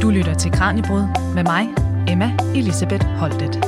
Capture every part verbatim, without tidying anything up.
Du lytter til Kraniebrud med mig, Emma Elisabeth Holtet.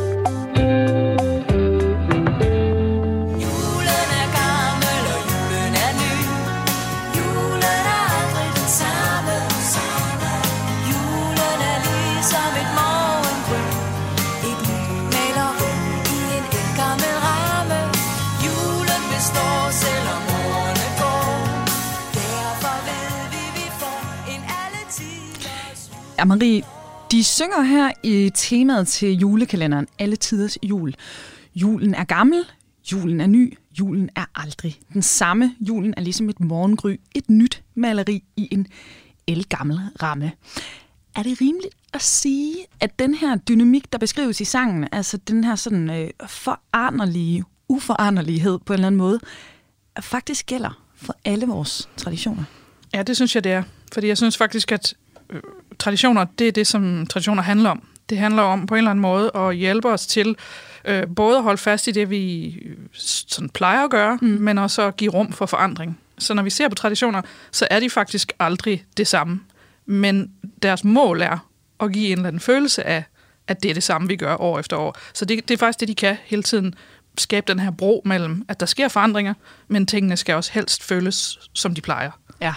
Ja, Marie, de synger her i temaet til julekalenderen Alle Tiders Jul. Julen er gammel, julen er ny, julen er aldrig den samme. Julen er ligesom et morgengry, et nyt maleri i en ældgammel ramme. Er det rimeligt at sige, at den her dynamik, der beskrives i sangen, altså den her sådan øh, foranderlige uforanderlighed på en eller anden måde, faktisk gælder for alle vores traditioner? Ja, det synes jeg, det er. Fordi jeg synes faktisk, at øh, traditioner, det er det, som traditioner handler om. Det handler om på en eller anden måde at hjælpe os til øh, både at holde fast i det, vi sådan plejer at gøre, mm. men også at give rum for forandring. Så når vi ser på traditioner, så er de faktisk aldrig det samme. Men deres mål er at give en eller anden følelse af, at det er det samme, vi gør år efter år. Så det, det er faktisk det, de kan hele tiden skabe den her bro mellem, at der sker forandringer, men tingene skal også helst føles, som de plejer. Ja.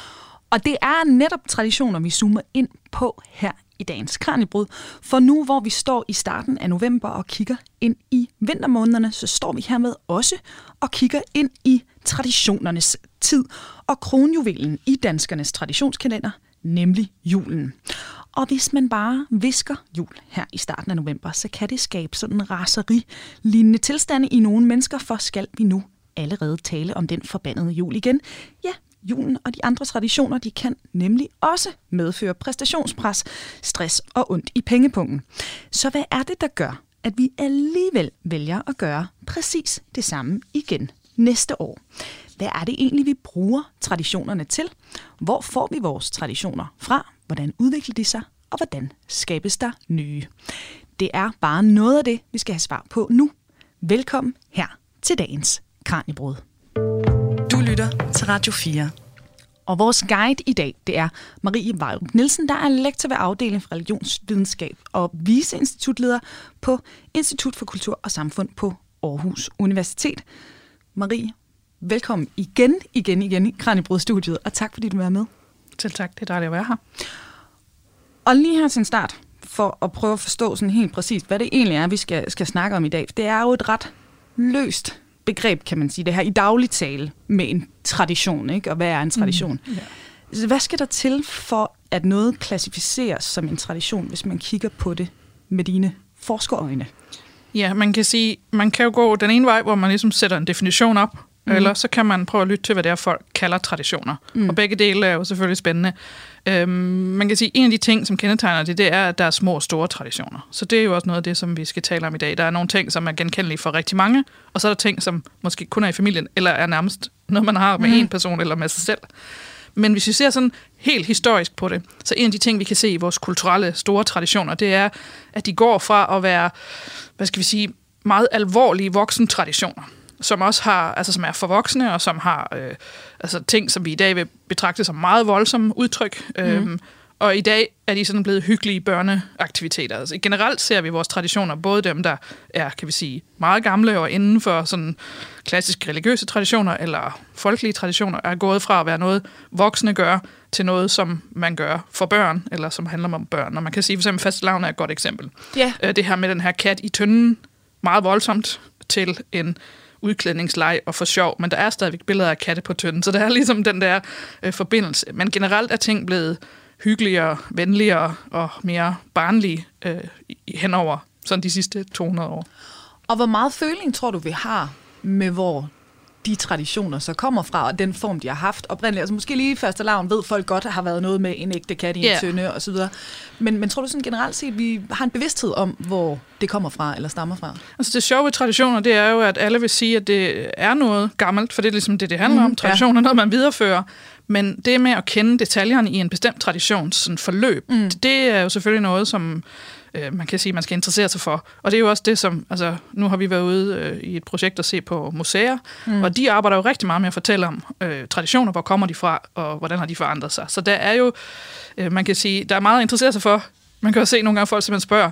Og det er netop traditioner, vi zoomer ind på her i dagens Kraniebrud. For nu, hvor vi står i starten af november og kigger ind i vintermånederne, så står vi hermed også og kigger ind i traditionernes tid og kronjuvelen i danskernes traditionskalender, nemlig julen. Og hvis man bare visker jul her i starten af november, så kan det skabe sådan en raseri-lignende tilstande i nogle mennesker, for skal vi nu allerede tale om den forbandede jul igen? Ja, julen og de andre traditioner, de kan nemlig også medføre præstationspres, stress og ondt i pengepungen. Så hvad er det, der gør, at vi alligevel vælger at gøre præcis det samme igen næste år? Hvad er det egentlig, vi bruger traditionerne til? Hvor får vi vores traditioner fra? Hvordan udvikler de sig? Og hvordan skabes der nye? Det er bare noget af det, vi skal have svar på nu. Velkommen her til dagens Kraniebrud. Du lytter til Radio fire. Og vores guide i dag, det er Marie Vejrup Nielsen, der er lektor ved afdelingen for religionsvidenskab og viceinstitutleder på Institut for Kultur og Samfund på Aarhus Universitet. Marie, velkommen igen, igen, igen i Kraniebrud-studiet, og tak fordi du er med. Selv tak, det er dejligt at være her. Og lige her til en start, for at prøve at forstå sådan helt præcist, hvad det egentlig er, vi skal, skal snakke om i dag. Det er jo et ret løst begreb, kan man sige, det her i daglig tale med en tradition, ikke? Og hvad er en tradition? Mm, yeah. Hvad skal der til for, at noget klassificeres som en tradition, hvis man kigger på det med dine forskerøjne? Ja, man kan sige, man kan jo gå den ene vej, hvor man ligesom sætter en definition op, mm. eller så kan man prøve at lytte til, hvad det er, folk kalder traditioner. Mm. Og begge dele er jo selvfølgelig spændende. Øhm, man kan sige, en af de ting, som kendetegner det, det er, at der er små og store traditioner. Så det er jo også noget af det, som vi skal tale om i dag. Der er nogle ting, som er genkendelige for rigtig mange, og så er der ting, som måske kun er i familien, eller er nærmest noget, man har med mm. en person eller med sig selv. Men hvis vi ser sådan helt historisk på det, så en af de ting, vi kan se i vores kulturelle store traditioner, det er, at de går fra at være, hvad skal vi sige, meget alvorlige voksentraditioner, som også har, altså som er for voksne, og som har øh, altså ting, som vi i dag vil betragte som meget voldsomme udtryk. Mm. Øhm, og i dag er de sådan blevet hyggelige børneaktiviteter. Altså generelt ser vi vores traditioner, både dem, der er, kan vi sige, meget gamle og inden for sådan klassiske religiøse traditioner eller folkelige traditioner, er gået fra at være noget voksne gør til noget, som man gør for børn, eller som handler om børn. Og man kan sige, for eksempel fastelavn er et godt eksempel. Yeah. Det her med den her kat i tønden, meget voldsomt, til en udklædningsleg og for sjov, men der er stadigvæk billeder af katte på tønden, så der er ligesom den der øh, forbindelse. Men generelt er ting blevet hyggeligere, venligere og mere barnlige øh, henover sådan de sidste to hundrede år. Og hvor meget føling tror du, vi har med, hvor de traditioner så kommer fra, og den form, de har haft oprindeligt? Altså måske lige i fastelavn ved folk godt, at har været noget med en ægte kat i en yeah. tønde og så videre. Men, men tror du sådan generelt set, at vi har en bevidsthed om, hvor det kommer fra eller stammer fra? Altså det sjove ved traditioner, det er jo, at alle vil sige, at det er noget gammelt, for det er ligesom det, det handler mm, om. Traditioner er ja. noget, man viderefører. Men det med at kende detaljerne i en bestemt tradition, sådan forløb, mm. det, det er jo selvfølgelig noget, som øh, man kan sige, man skal interessere sig for. Og det er jo også det, som, altså nu har vi været ude øh, i et projekt at se på museer, mm. og de arbejder jo rigtig meget med at fortælle om øh, traditioner, hvor kommer de fra, og hvordan har de forandret sig. Så der er jo, øh, man kan sige, der er meget at interessere sig for. Man kan jo se nogle gange folk, som man spørger,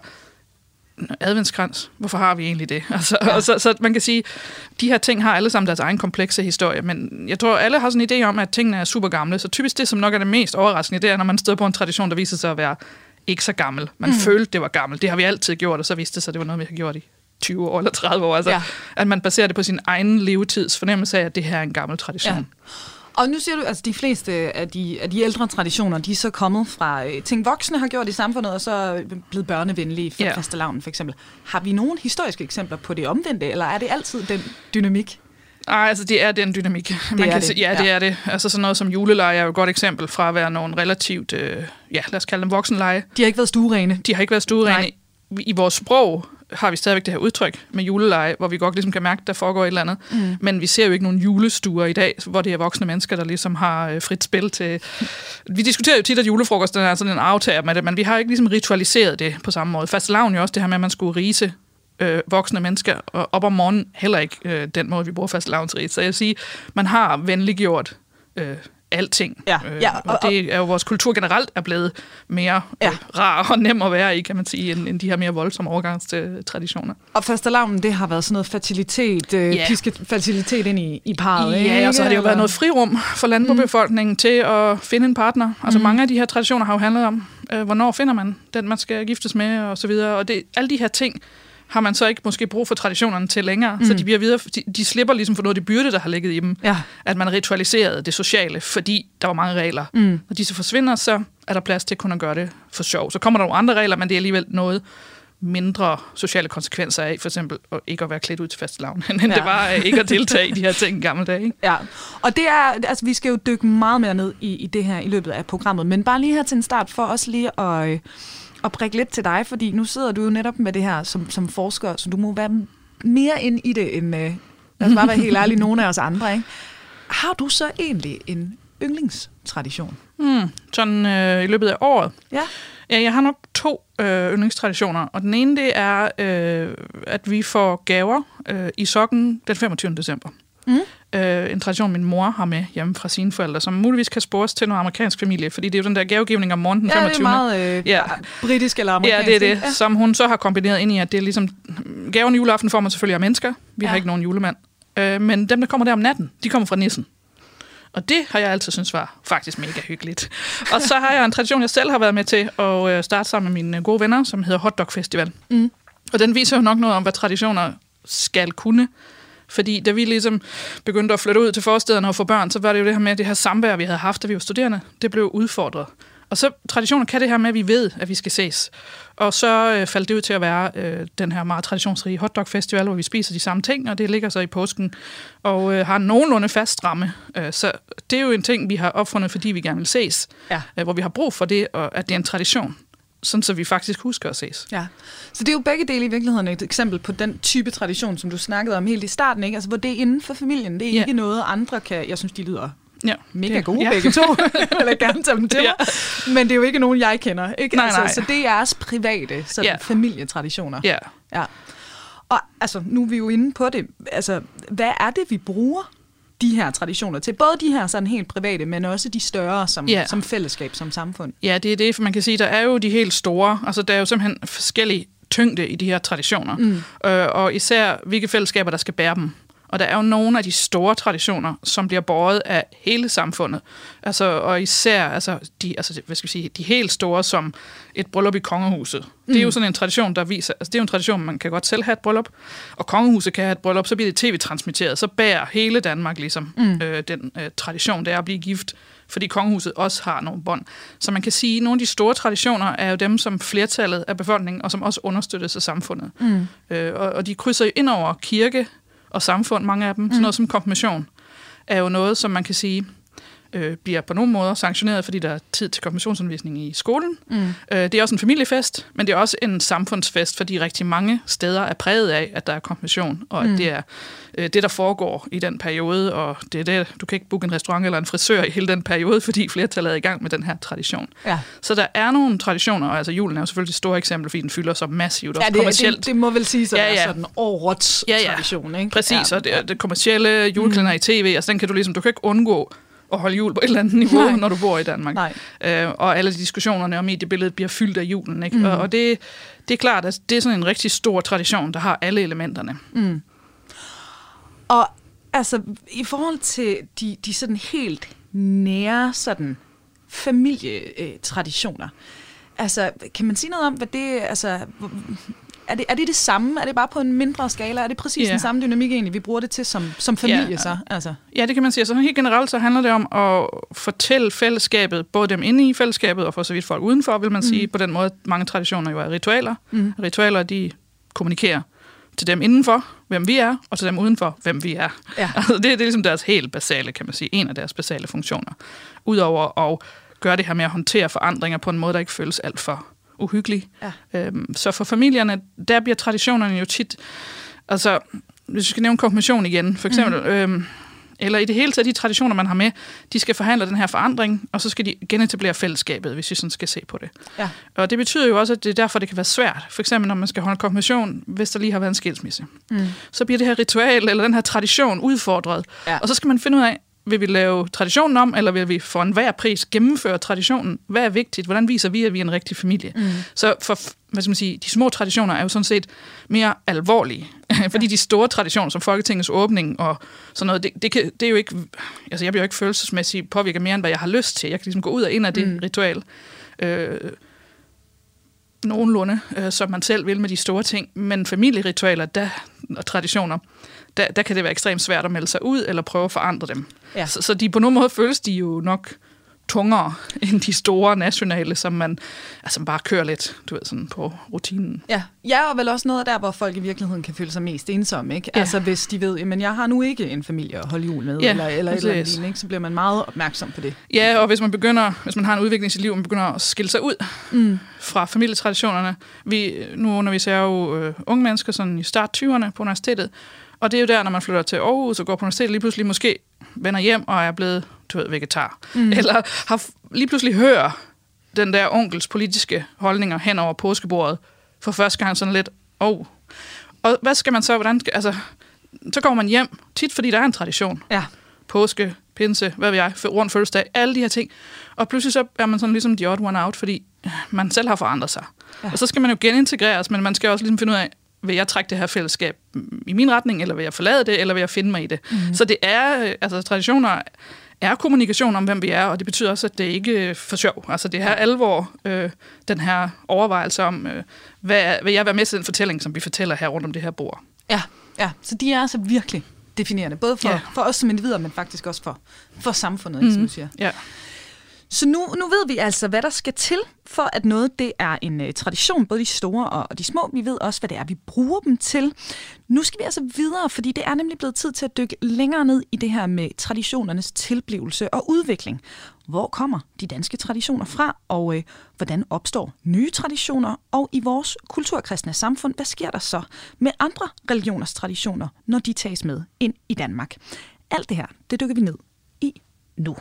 adventskrans, hvorfor har vi egentlig det? Altså, ja. og så, så man kan sige, de her ting har alle sammen deres egen komplekse historie, men jeg tror, alle har sådan en idé om, at tingene er super gamle, så typisk det, som nok er det mest overraskende, det er, når man støder på en tradition, der viser sig at være ikke så gammel. Man mm. følte, det var gammelt. Det har vi altid gjort, og så viste det sig, at det var noget, vi har gjort i tyve år eller tredive år. Altså, ja. At man baserer det på sin egen levetids fornemmelse af, at det her er en gammel tradition. Ja. Og nu siger du, at altså, de fleste af de, af de ældre traditioner, de er så kommet fra øh, ting, voksne har gjort i samfundet, og så blevet børnevenlige for yeah. fastelavnen for eksempel. Har vi nogle historiske eksempler på det omvendte, eller er det altid den dynamik? Nej, altså det er den dynamik. Man kan det. Sige, ja, det ja. er det. Altså sådan noget som juleleje er jo et godt eksempel fra at være nogle relativt, øh, ja, lad os kalde dem voksenleje. De har ikke været stuerene. De har ikke været stuerene. I, I vores sprog har vi stadigvæk det her udtryk med juleleje, hvor vi godt ligesom kan mærke, at der foregår et eller andet. Mm. Men vi ser jo ikke nogen julestuer i dag, hvor det er voksne mennesker, der ligesom har øh, frit spil til. Vi diskuterer jo tit, at julefrokosten er sådan en aftager med det, men vi har ikke ligesom ritualiseret det på samme måde. Fastelavn jo også det her med, at man skulle rise øh, voksne mennesker op om morgenen, heller ikke øh, den måde, vi bruger fastelavnsrige. Så jeg siger, man har venliggjort øh, alting. Ja, ja, og, og det er jo vores kultur generelt er blevet mere ja. øh, rar og nem at være i, kan man sige, end, end de her mere voldsomme overgangstraditioner. Og fastelavnen, det har været sådan noget fertilitet, øh, yeah. pisket fertilitet ind i, i parret. Ja, ikke? Og så har det jo været noget frirum for landbobefolkningen mm. til at finde en partner. Altså mm. mange af de her traditioner har jo handlet om, øh, hvornår finder man den, man skal giftes med, og så videre. Og det, alle de her ting har man så ikke måske brug for traditionerne til længere, mm. så de bliver videre, de, de slipper ligesom for noget af det byrde, der har ligget i dem, ja. At man ritualiserede det sociale, fordi der var mange regler. Mm. Når de så forsvinder, så er der plads til kun at gøre det for sjov. Så kommer der nogle andre regler, men det er alligevel noget mindre sociale konsekvenser af, for eksempel at ikke at være klædt ud til fastelavn, end ja. Det var ikke at deltage i de her ting i gamle dage. Ikke? Ja, og det er, altså vi skal jo dykke meget mere ned i, i det her i løbet af programmet, men bare lige her til en start, for os lige at og prikke lidt til dig, fordi nu sidder du jo netop med det her som, som forsker, så du må være mere ind i det, end, øh, lad os bare være helt ærlig, nogle af os andre, ikke? Har du så egentlig en yndlingstradition? Mm, sådan øh, i løbet af året? Ja. Ja, jeg har nok to øh, yndlingstraditioner, og den ene, det er, øh, at vi får gaver øh, i sokken den femogtyvende december. Mm. Øh, en tradition, min mor har med hjemme fra sine forældre, som muligvis kan spores til noget amerikansk familie, fordi det er jo den der gavegivning om morgenen den femogtyvende. Ja, det er meget øh, ja. britisk eller amerikansk. Ja, det er det, ja. Som hun så har kombineret ind i, at det er ligesom, gaven i juleaften får man selvfølgelig af mennesker, vi ja. Har ikke nogen julemand, øh, men dem, der kommer der om natten, de kommer fra nissen. Og det har jeg altid synes var faktisk mega hyggeligt. Og så har jeg en tradition, jeg selv har været med til at starte sammen med mine gode venner, som hedder Hot Dog Festival. Mm. Og den viser jo nok noget om, hvad traditioner skal kunne. Fordi da vi ligesom begyndte at flytte ud til forstederne og få børn, så var det jo det her med, det her samvær, vi havde haft, da vi var studerende, det blev udfordret. Og så traditioner kan det her med, at vi ved, at vi skal ses. Og så øh, faldt det ud til at være øh, den her meget traditionsrige hotdog festival, hvor vi spiser de samme ting, og det ligger så i påsken, og øh, har nogenlunde fast ramme. Øh, så det er jo en ting, vi har opfundet, fordi vi gerne vil ses. Ja. Øh, hvor vi har brug for det, og at det er en tradition. Sådan, så vi faktisk husker at ses. Ja. Så det er jo begge dele i virkeligheden et eksempel på den type tradition, som du snakkede om helt i starten, ikke? Altså, hvor det er inden for familien. Det er ja. Ikke noget, andre kan... Jeg synes, de lyder ja. Mega gode ja. Begge to. Jeg vil gerne tage dem til ja. Mig. Men det er jo ikke nogen, jeg kender. Ikke? Nej, altså, nej. Så det er jeres private sådan ja. Familietraditioner. Ja. Ja. Og altså, nu er vi jo inde på det. Altså, hvad er det, vi bruger de her traditioner til? Både de her sådan helt private, men også de større som, yeah. som fællesskab, som samfund. Ja, det er det, for man kan sige, der er jo de helt store, altså der er jo simpelthen forskellige tyngde i de her traditioner, mm. øh, og især hvilke fællesskaber, der skal bære dem. Og der er jo nogle af de store traditioner, som bliver båret af hele samfundet. Altså, og især altså, de, altså, hvad skal vi sige, de helt store, som et bryllup i kongehuset. Mm. Det er jo sådan en tradition, der viser... Altså, det er jo en tradition, man kan godt selv have et bryllup, og kongehuset kan have et bryllup, så bliver det tv-transmitteret. Så bærer hele Danmark ligesom mm. øh, den øh, tradition, det er at blive gift, fordi kongehuset også har nogle bånd. Så man kan sige, at nogle af de store traditioner er jo dem, som flertallet af befolkningen, og som også understøttes af samfundet. Mm. Øh, og, og de krydser jo ind over kirke og samfund, mange af dem. Mm. Sådan noget som konfirmation er jo noget, som man kan sige, øh, bliver på nogle måder sanktioneret, fordi der er tid til konfirmationsundervisning i skolen. Mm. Øh, det er også en familiefest, men det er også en samfundsfest, fordi rigtig mange steder er præget af, at der er konfirmation, og mm. at det er øh, det, der foregår i den periode, og det er det, du kan ikke booke en restaurant eller en frisør i hele den periode, fordi flertallet er i gang med den her tradition. Ja. Så der er nogle traditioner, og altså julen er jo selvfølgelig et stort eksempel, fordi den fylder så massivt, også ja, det, kommercielt. Det, det må vel sige, at ja, ja. det er sådan en årets ja, ja. tradition, ikke? Præcis, ja. og det, det kommercielle juleklæder mm. i tv, altså den kan du ligesom, du kan ikke undgå at holde jul på et eller andet niveau, Nej. når du bor i Danmark. Øh, og alle de diskussionerne om mediebilledet bliver fyldt af julen, ikke? Mm. Og, og det, det er klart, at det er sådan en rigtig stor tradition, der har alle elementerne. Mm. Og altså, i forhold til de, de sådan helt nære sådan familietraditioner, altså, kan man sige noget om, hvad det, altså, er det, er det det samme? Er det bare på en mindre skala? Er det præcis yeah. den samme dynamik egentlig, vi bruger det til som, som familie yeah. så? Altså. Ja, det kan man sige. Så helt generelt så handler det om at fortælle fællesskabet, både dem inde i fællesskabet og for så vidt folk udenfor, vil man mm. sige. På den måde, mange traditioner jo er ritualer. Mm. Ritualer, de kommunikerer til dem indenfor, hvem vi er, og til dem udenfor, hvem vi er. Ja. Altså, det, det er ligesom deres helt basale, kan man sige. En af deres basale funktioner. Udover at gøre det her med at håndtere forandringer på en måde, der ikke føles alt for uhyggelig. Ja. Øhm, så for familierne, der bliver traditionerne jo tit, altså, hvis vi skal nævne konfirmation igen, for eksempel, mm. øhm, eller i det hele taget de traditioner, man har med, de skal forhandle den her forandring, og så skal de genetablere fællesskabet, hvis vi sådan skal se på det. Ja. Og det betyder jo også, at det er derfor, det kan være svært. For eksempel, når man skal holde konfirmation, hvis der lige har været en skilsmisse. Mm. Så bliver det her ritual, eller den her tradition udfordret. Ja. Og så skal man finde ud af, vil vi lave traditionen om, eller vil vi for enhver pris gennemføre traditionen? Hvad er vigtigt? Hvordan viser vi, at vi er en rigtig familie? Mm. Så for, hvad skal man sige, de små traditioner er jo sådan set mere alvorlige. Fordi de store traditioner, som Folketingets åbning og sådan noget, det, det, kan, det er jo ikke, altså jeg bliver jo ikke følelsesmæssigt påvirket mere, end hvad jeg har lyst til. Jeg kan ligesom gå ud og ind af det mm. ritual. Øh, nogenlunde, øh, som man selv vil med de store ting. Men familieritualer der, og traditioner, Der, der kan det være ekstremt svært at melde sig ud, eller prøve at forandre dem. Ja. Så, så de på nogen måde føles de jo nok tungere end de store nationale, som man altså bare kører lidt, du ved, sådan på rutinen. Ja, ja, og vel også noget der, hvor folk i virkeligheden kan føle sig mest ensomme, ikke? Ja. Altså hvis de ved, men jeg har nu ikke en familie at holde jul med, ja, eller, eller et eller andet, ikke? Så bliver man meget opmærksom på det. Ja, og hvis man begynder, hvis man har en udvikling i sit liv, og man begynder at skille sig ud mm. fra familietraditionerne. Vi, nu underviser jeg jo øh, unge mennesker sådan i start tyverne på universitetet, og det er jo der, når man flytter til Aarhus og går på universitetet, lige pludselig måske vender hjem og er blevet, du ved, vegetar. Mm. Eller har lige pludselig hører den der onkels politiske holdninger hen over påskebordet for første gang sådan lidt, åh. Oh. Og hvad skal man så, hvordan skal, altså, så går man hjem, tit fordi der er en tradition. Ja. Påske, pinse, hvad ved jeg, rundt fødselsdag, alle de her ting. Og pludselig så er man sådan ligesom the odd one out, fordi man selv har forandret sig. Ja. Og så skal man jo genintegreres, men man skal også ligesom finde ud af, vil jeg trække det her fællesskab i min retning, eller vil jeg forlade det, eller vil jeg finde mig i det? Mm-hmm. Så det er, altså traditioner er kommunikation om, hvem vi er, og det betyder også, at det ikke er for sjov. Altså det her alvor, øh, den her overvejelse om, øh, hvad, vil jeg være med til den fortælling, som vi fortæller her rundt om det her bord. Ja, ja. Så de er altså virkelig definerende, både for, ja. for os som individer, men faktisk også for, for samfundet, mm-hmm. som du siger. Ja. Så nu, nu ved vi altså, hvad der skal til, for at noget det er en uh, tradition, både de store og, og de små. Vi ved også, hvad det er, vi bruger dem til. Nu skal vi altså videre, fordi det er nemlig blevet tid til at dykke længere ned i det her med traditionernes tilblivelse og udvikling. Hvor kommer de danske traditioner fra, og uh, hvordan opstår nye traditioner? Og i vores kulturkristne samfund, hvad sker der så med andre religioners traditioner, når de tages med ind i Danmark? Alt det her, det dykker vi ned i nu.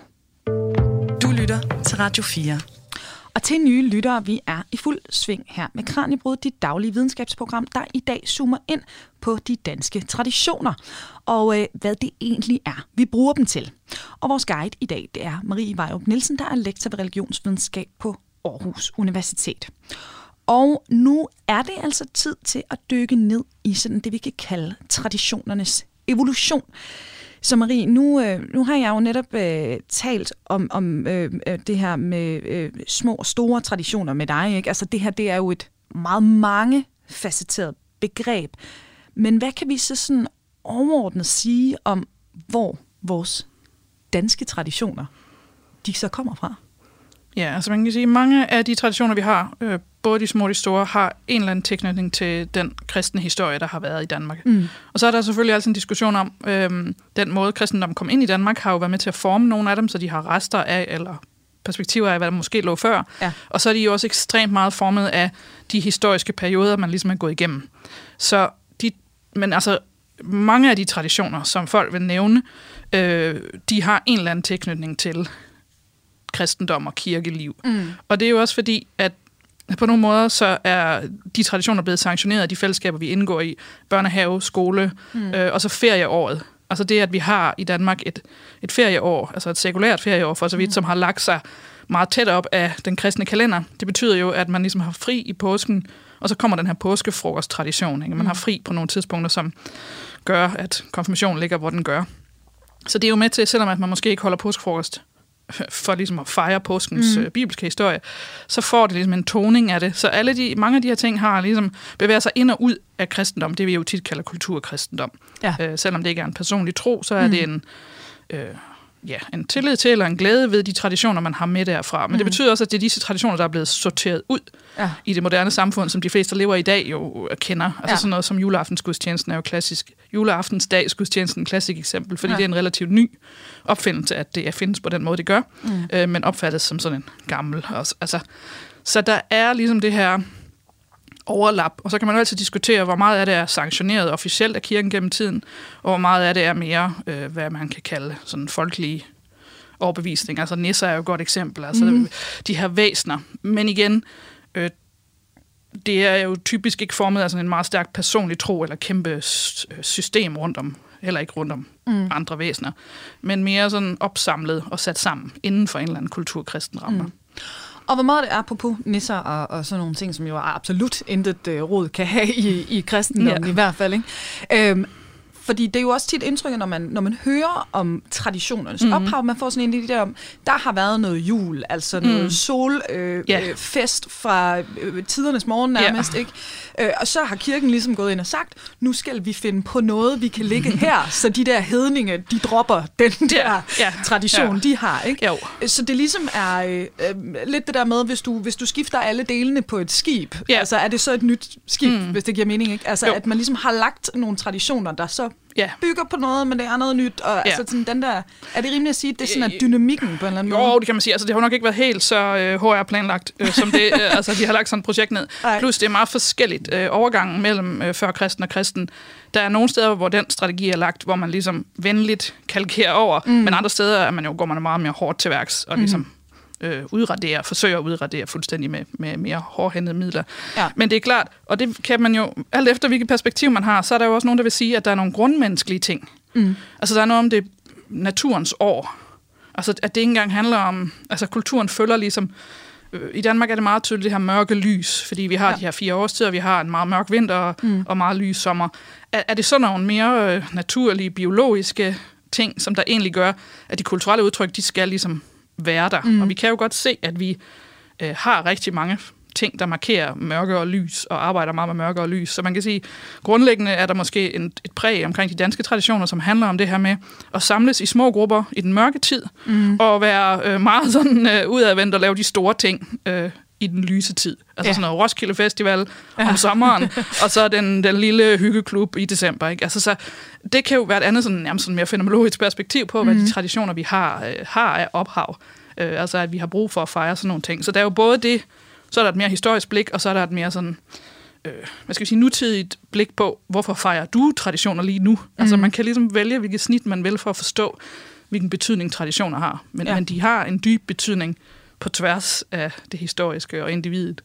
Du lytter til Radio fire. Og til nye lyttere, vi er i fuld sving her med Kraniebrud, dit daglige videnskabsprogram, der i dag zoomer ind på de danske traditioner, og øh, hvad det egentlig er, vi bruger dem til. Og vores guide i dag, det er Marie Vejrup Nielsen, der er lektor ved religionsvidenskab på Aarhus Universitet. Og nu er det altså tid til at dykke ned i sådan det, vi kan kalde traditionernes evolution. Så Marie, nu, øh, nu har jeg jo netop øh, talt om, om øh, det her med øh, små og store traditioner med dig, ikke? Altså det her, det er jo et meget mangefacetteret begreb. Men hvad kan vi så sådan overordnet sige om, hvor vores danske traditioner, de så kommer fra? Ja, altså man kan sige, mange af de traditioner, vi har, øh, både de små og de store, har en eller anden tilknytning til den kristne historie, der har været i Danmark. Mm. Og så er der selvfølgelig altid en diskussion om, øhm, den måde kristendommen kom ind i Danmark, har jo været med til at forme nogle af dem, så de har rester af, eller perspektiver af, hvad der måske lå før. Ja. Og så er de jo også ekstremt meget formet af de historiske perioder, man ligesom er gået igennem. Så de, men altså, mange af de traditioner, som folk vil nævne, øh, de har en eller anden tilknytning til kristendom og kirkeliv. Mm. Og det er jo også fordi, at på nogle måder, så er de traditioner blevet sanktioneret af de fællesskaber, vi indgår i, børnehave, skole, mm. øh, og så ferieåret. Altså det, at vi har i Danmark et, et ferieår, altså et sekulært ferieår for så vidt, mm. som har lagt sig meget tæt op af den kristne kalender. Det betyder jo, at man ligesom har fri i påsken, og så kommer den her påskefrokosttradition. Ikke? Man har fri på nogle tidspunkter, som gør, at konfirmationen ligger, hvor den gør. Så det er jo med til, selvom at man måske ikke holder påskefrokost for ligesom at fejre påskens mm. bibelske historie, så får det ligesom en toning af det. Så alle de, mange af de her ting har ligesom bevæget sig ind og ud af kristendom, det vi jo tit kalder kulturkristendom. Ja. Øh, selvom det ikke er en personlig tro, så er mm. det en, øh, ja, en tillid til eller en glæde ved de traditioner, man har med derfra. Men mm. det betyder også, at det er disse traditioner, der er blevet sorteret ud ja. i det moderne samfund, som de fleste, der lever i dag, jo kender. Altså ja. sådan noget som juleaftensgudstjenesten er jo klassisk. Juleaftensdagsgudstjenesten er et klassisk eksempel, fordi ja. det er en relativt ny opfindelse, at det findes på den måde, det gør, mm. øh, men opfattes som sådan en gammel. Også. Altså, så der er ligesom det her overlap, og så kan man jo altid diskutere, hvor meget af det er sanktioneret officielt af kirken gennem tiden, og hvor meget af det er mere, øh, hvad man kan kalde sådan folkelige overbevisning. Altså nisser er jo et godt eksempel, altså mm. de her væsner. Men igen, øh, det er jo typisk ikke formet af sådan en meget stærk personlig tro eller kæmpe system rundt om, heller ikke rundt om mm. andre væsener, men mere sådan opsamlet og sat sammen inden for en eller anden kulturkristen ramme. Mm. Og hvor meget det er apropos nisser og, og sådan nogle ting, som jo absolut intet øh, råd kan have i, i kristendommen ja. i hvert fald, ikke? Øhm, Fordi det er jo også tit indtryk, når man, når man hører om traditionernes mm-hmm. ophav, man får sådan en idé om, der har været noget jul, altså noget mm. solfest øh, yeah. øh, fest fra øh, tidernes morgen nærmest, yeah. ikke? Øh, og så har kirken ligesom gået ind og sagt, nu skal vi finde på noget, vi kan ligge her, så de der hedninge, de dropper den der yeah. Yeah. tradition, yeah. de har, ikke? Jo. Så det ligesom er øh, lidt det der med, hvis du, hvis du skifter alle delene på et skib, yeah. altså er det så et nyt skib, mm. hvis det giver mening, ikke? Altså jo. At man ligesom har lagt nogle traditioner, der så ja. bygger på noget, men det er noget nyt. Og ja. altså sådan den der, er det rimeligt at sige, at det er sådan at dynamikken på en eller anden måde? Jo, det kan man sige. Altså, det har nok ikke været helt så øh, H R-planlagt, øh, som det. Øh, altså, de har lagt sådan et projekt ned. Ej. Plus, det er meget forskelligt. Øh, overgangen mellem øh, før kristen og kristen. Der er nogle steder, hvor den strategi er lagt, hvor man ligesom venligt kalkerer over, mm. men andre steder er man jo, går man meget mere hårdt til værks og ligesom mm. Øh, udradere, forsøger at udradere fuldstændig med, med mere hårdhændede midler. Ja. Men det er klart, og det kan man jo, alt efter hvilket perspektiv man har, så er der jo også nogen, der vil sige, at der er nogle grundmenneskelige ting. Mm. Altså der er noget om det naturens år. Altså at det ikke engang handler om, altså kulturen følger ligesom, øh, i Danmark er det meget tydeligt det her mørke lys, fordi vi har ja. de her fire årstider, vi har en meget mørk vinter mm. og meget lys sommer. Er, er det sådan nogle mere øh, naturlige, biologiske ting, som der egentlig gør, at de kulturelle udtryk, de skal ligesom være der. Mm. Og vi kan jo godt se, at vi øh, har rigtig mange ting, der markerer mørke og lys, og arbejder meget med mørke og lys. Så man kan sige, grundlæggende er der måske en, et præg omkring de danske traditioner, som handler om det her med at samles i små grupper i den mørke tid, mm. og være øh, meget sådan øh, udadvendt og lave de store ting øh, i den lyse tid. Altså ja. sådan noget Roskilde Festival ja. om sommeren, og så den, den lille hyggeklub i december. Ikke? Altså, så det kan jo være et andet sådan, jamen, sådan mere fænomenologisk perspektiv på, mm. hvad de traditioner, vi har, øh, har af ophav. Øh, altså, at vi har brug for at fejre sådan nogle ting. Så der er jo både det, så er der et mere historisk blik, og så er der et mere sådan, øh, hvad skal vi sige, nutidigt blik på, hvorfor fejrer du traditioner lige nu? Mm. Altså, man kan ligesom vælge, hvilket snit man vil for at forstå, hvilken betydning traditioner har. Men, ja. men de har en dyb betydning på tværs af det historiske og individet.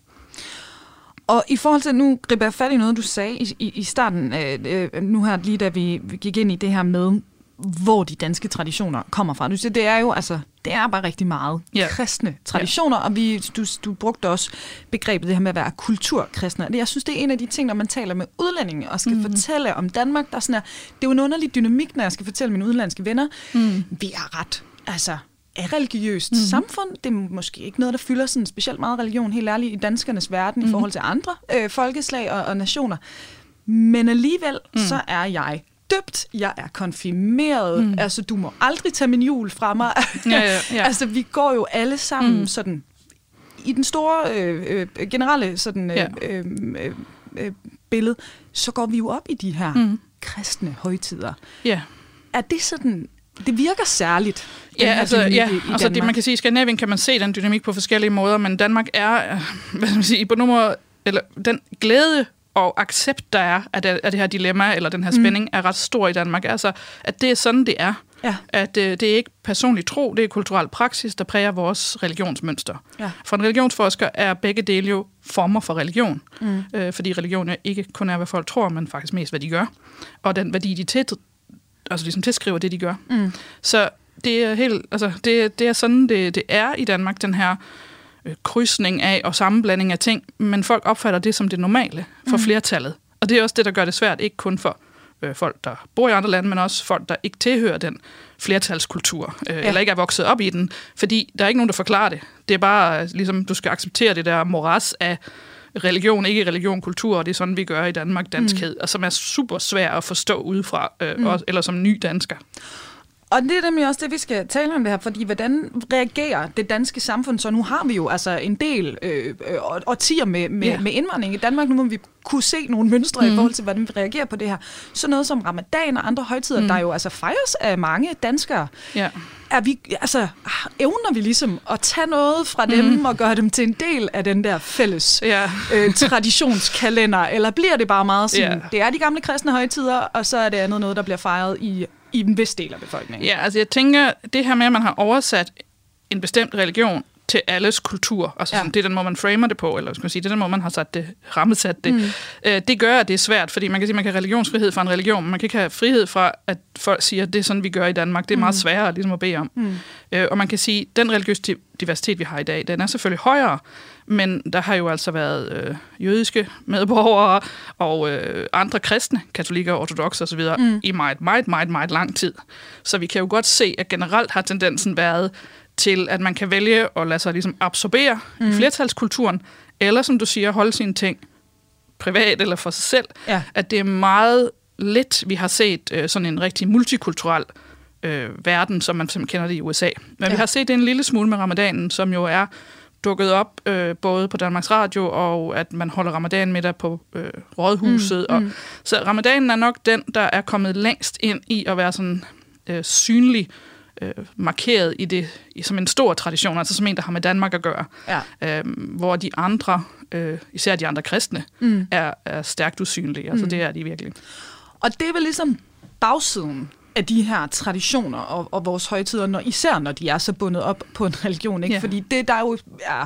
Og i forhold til, nu griber jeg fat i noget, du sagde i, i, i starten, øh, nu her lige da vi, vi gik ind i det her med, hvor de danske traditioner kommer fra. Du siger, det er jo, altså, det er bare rigtig meget yeah. kristne traditioner, yeah. og vi, du, du brugte også begrebet det her med at være kulturkristne. Jeg synes, det er en af de ting, når man taler med udlændinge og skal mm. fortælle om Danmark, der er sådan her, det er jo en underlig dynamik, når jeg skal fortælle mine udenlandske venner. Mm. Vi er ret, altså, er religiøst mm-hmm. samfund. Det er måske ikke noget, der fylder sådan specielt meget religion, helt ærligt, i danskernes verden, mm-hmm. i forhold til andre øh, folkeslag og, og nationer. Men alligevel, mm. så er jeg døbt, jeg er konfirmeret, mm. altså du må aldrig tage min jul fra mig. Ja, ja, ja. Altså vi går jo alle sammen mm. sådan i den store øh, øh, generelle sådan, øh, ja. øh, øh, øh, billede, så går vi jo op i de her mm. kristne højtider. Ja. Er det sådan... Det virker særligt. Ja, altså, ja, altså det, man kan sige, i Skandinavien kan man se den dynamik på forskellige måder, men Danmark er, hvad skal man sige, på nummer, eller den glæde og accept, der er af det, af det her dilemma, eller den her spænding, mm. er ret stor i Danmark. Altså, at det er sådan, det er. Ja. At øh, det er ikke personlig tro, det er kulturel praksis, der præger vores religionsmønster. Ja. For en religionsforsker er begge dele jo former for religion. Mm. Øh, fordi religion er ikke kun er, hvad folk tror, men faktisk mest, hvad de gør. Og den værdi, de tæt altså ligesom tilskriver det, de gør. Mm. Så det er helt, altså det, det er sådan, det, det er i Danmark, den her øh, krydsning af og sammenblanding af ting, men folk opfatter det som det normale for mm. flertallet. Og det er også det, der gør det svært, ikke kun for øh, folk, der bor i andre lande, men også folk, der ikke tilhører den flertalskultur, øh, ja. eller ikke er vokset op i den, fordi der er ikke nogen, der forklarer det. Det er bare, ligesom, du skal acceptere det der moras af religion, ikke religion, kultur, og det er sådan, vi gør i Danmark, danskhed, mm. og som er super svær at forstå udefra, øh, mm. også, eller som ny dansker. Og det er nemlig også det, vi skal tale om det her, fordi hvordan reagerer det danske samfund? Så nu har vi jo altså en del øh, årtier med, med, yeah. med indvandring i Danmark. Nu må vi kunne se nogle mønstre mm. i forhold til, hvordan vi reagerer på det her. Så noget som ramadan og andre højtider, mm. der jo altså fejres af mange danskere. Yeah. Er vi, altså, evner vi ligesom at tage noget fra dem mm. og gøre dem til en del af den der fælles yeah. øh, traditionskalender? Eller bliver det bare meget sådan, yeah. det er de gamle kristne højtider, og så er det andet noget, der bliver fejret i i en vis del af befolkningen? Ja, altså jeg tænker, det her med, at man har oversat en bestemt religion til alles kultur, altså ja. sådan, det er den måde, man framer det på, eller skal man sige, det er den måde, man har sat det, rammesat det. Mm. Øh, det gør, at det er svært, fordi man kan sige, man kan have religionsfrihed fra en religion, men man kan ikke have frihed fra, at folk siger, at det er sådan, vi gør i Danmark. Det er meget sværere ligesom at bede om. Mm. Øh, og man kan sige, at den religiøse diversitet, vi har i dag, den er selvfølgelig højere, men der har jo altså været øh, jødiske medborgere og øh, andre kristne, katolikker, ortodokser osv. Mm. i meget, meget, meget, meget lang tid. Så vi kan jo godt se, at generelt har tendensen været til, at man kan vælge at lade sig ligesom absorbere mm. i flertalskulturen, eller som du siger, holde sine ting privat eller for sig selv. Ja. At det er meget let, vi har set øh, sådan en rigtig multikulturel øh, verden, som man simpelthen kender det i U S A. Men ja. vi har set det en lille smule med ramadanen, som jo er dukket op øh, både på Danmarks Radio, og at man holder ramadan middag på øh, Rådhuset. Mm, og, mm. Så ramadanen er nok den, der er kommet længst ind i at være sådan øh, synlig, øh, markeret i det i, som en stor tradition, altså som en, der har med Danmark at gøre. Ja. Øh, hvor de andre, øh, især de andre kristne, mm. er, er stærkt usynlige. Altså mm. det er de virkelig. Og det er vel ligesom bagsiden af de her traditioner og, og vores højtider, når, især når de er så bundet op på en religion, ikke? Ja. Fordi det der jo er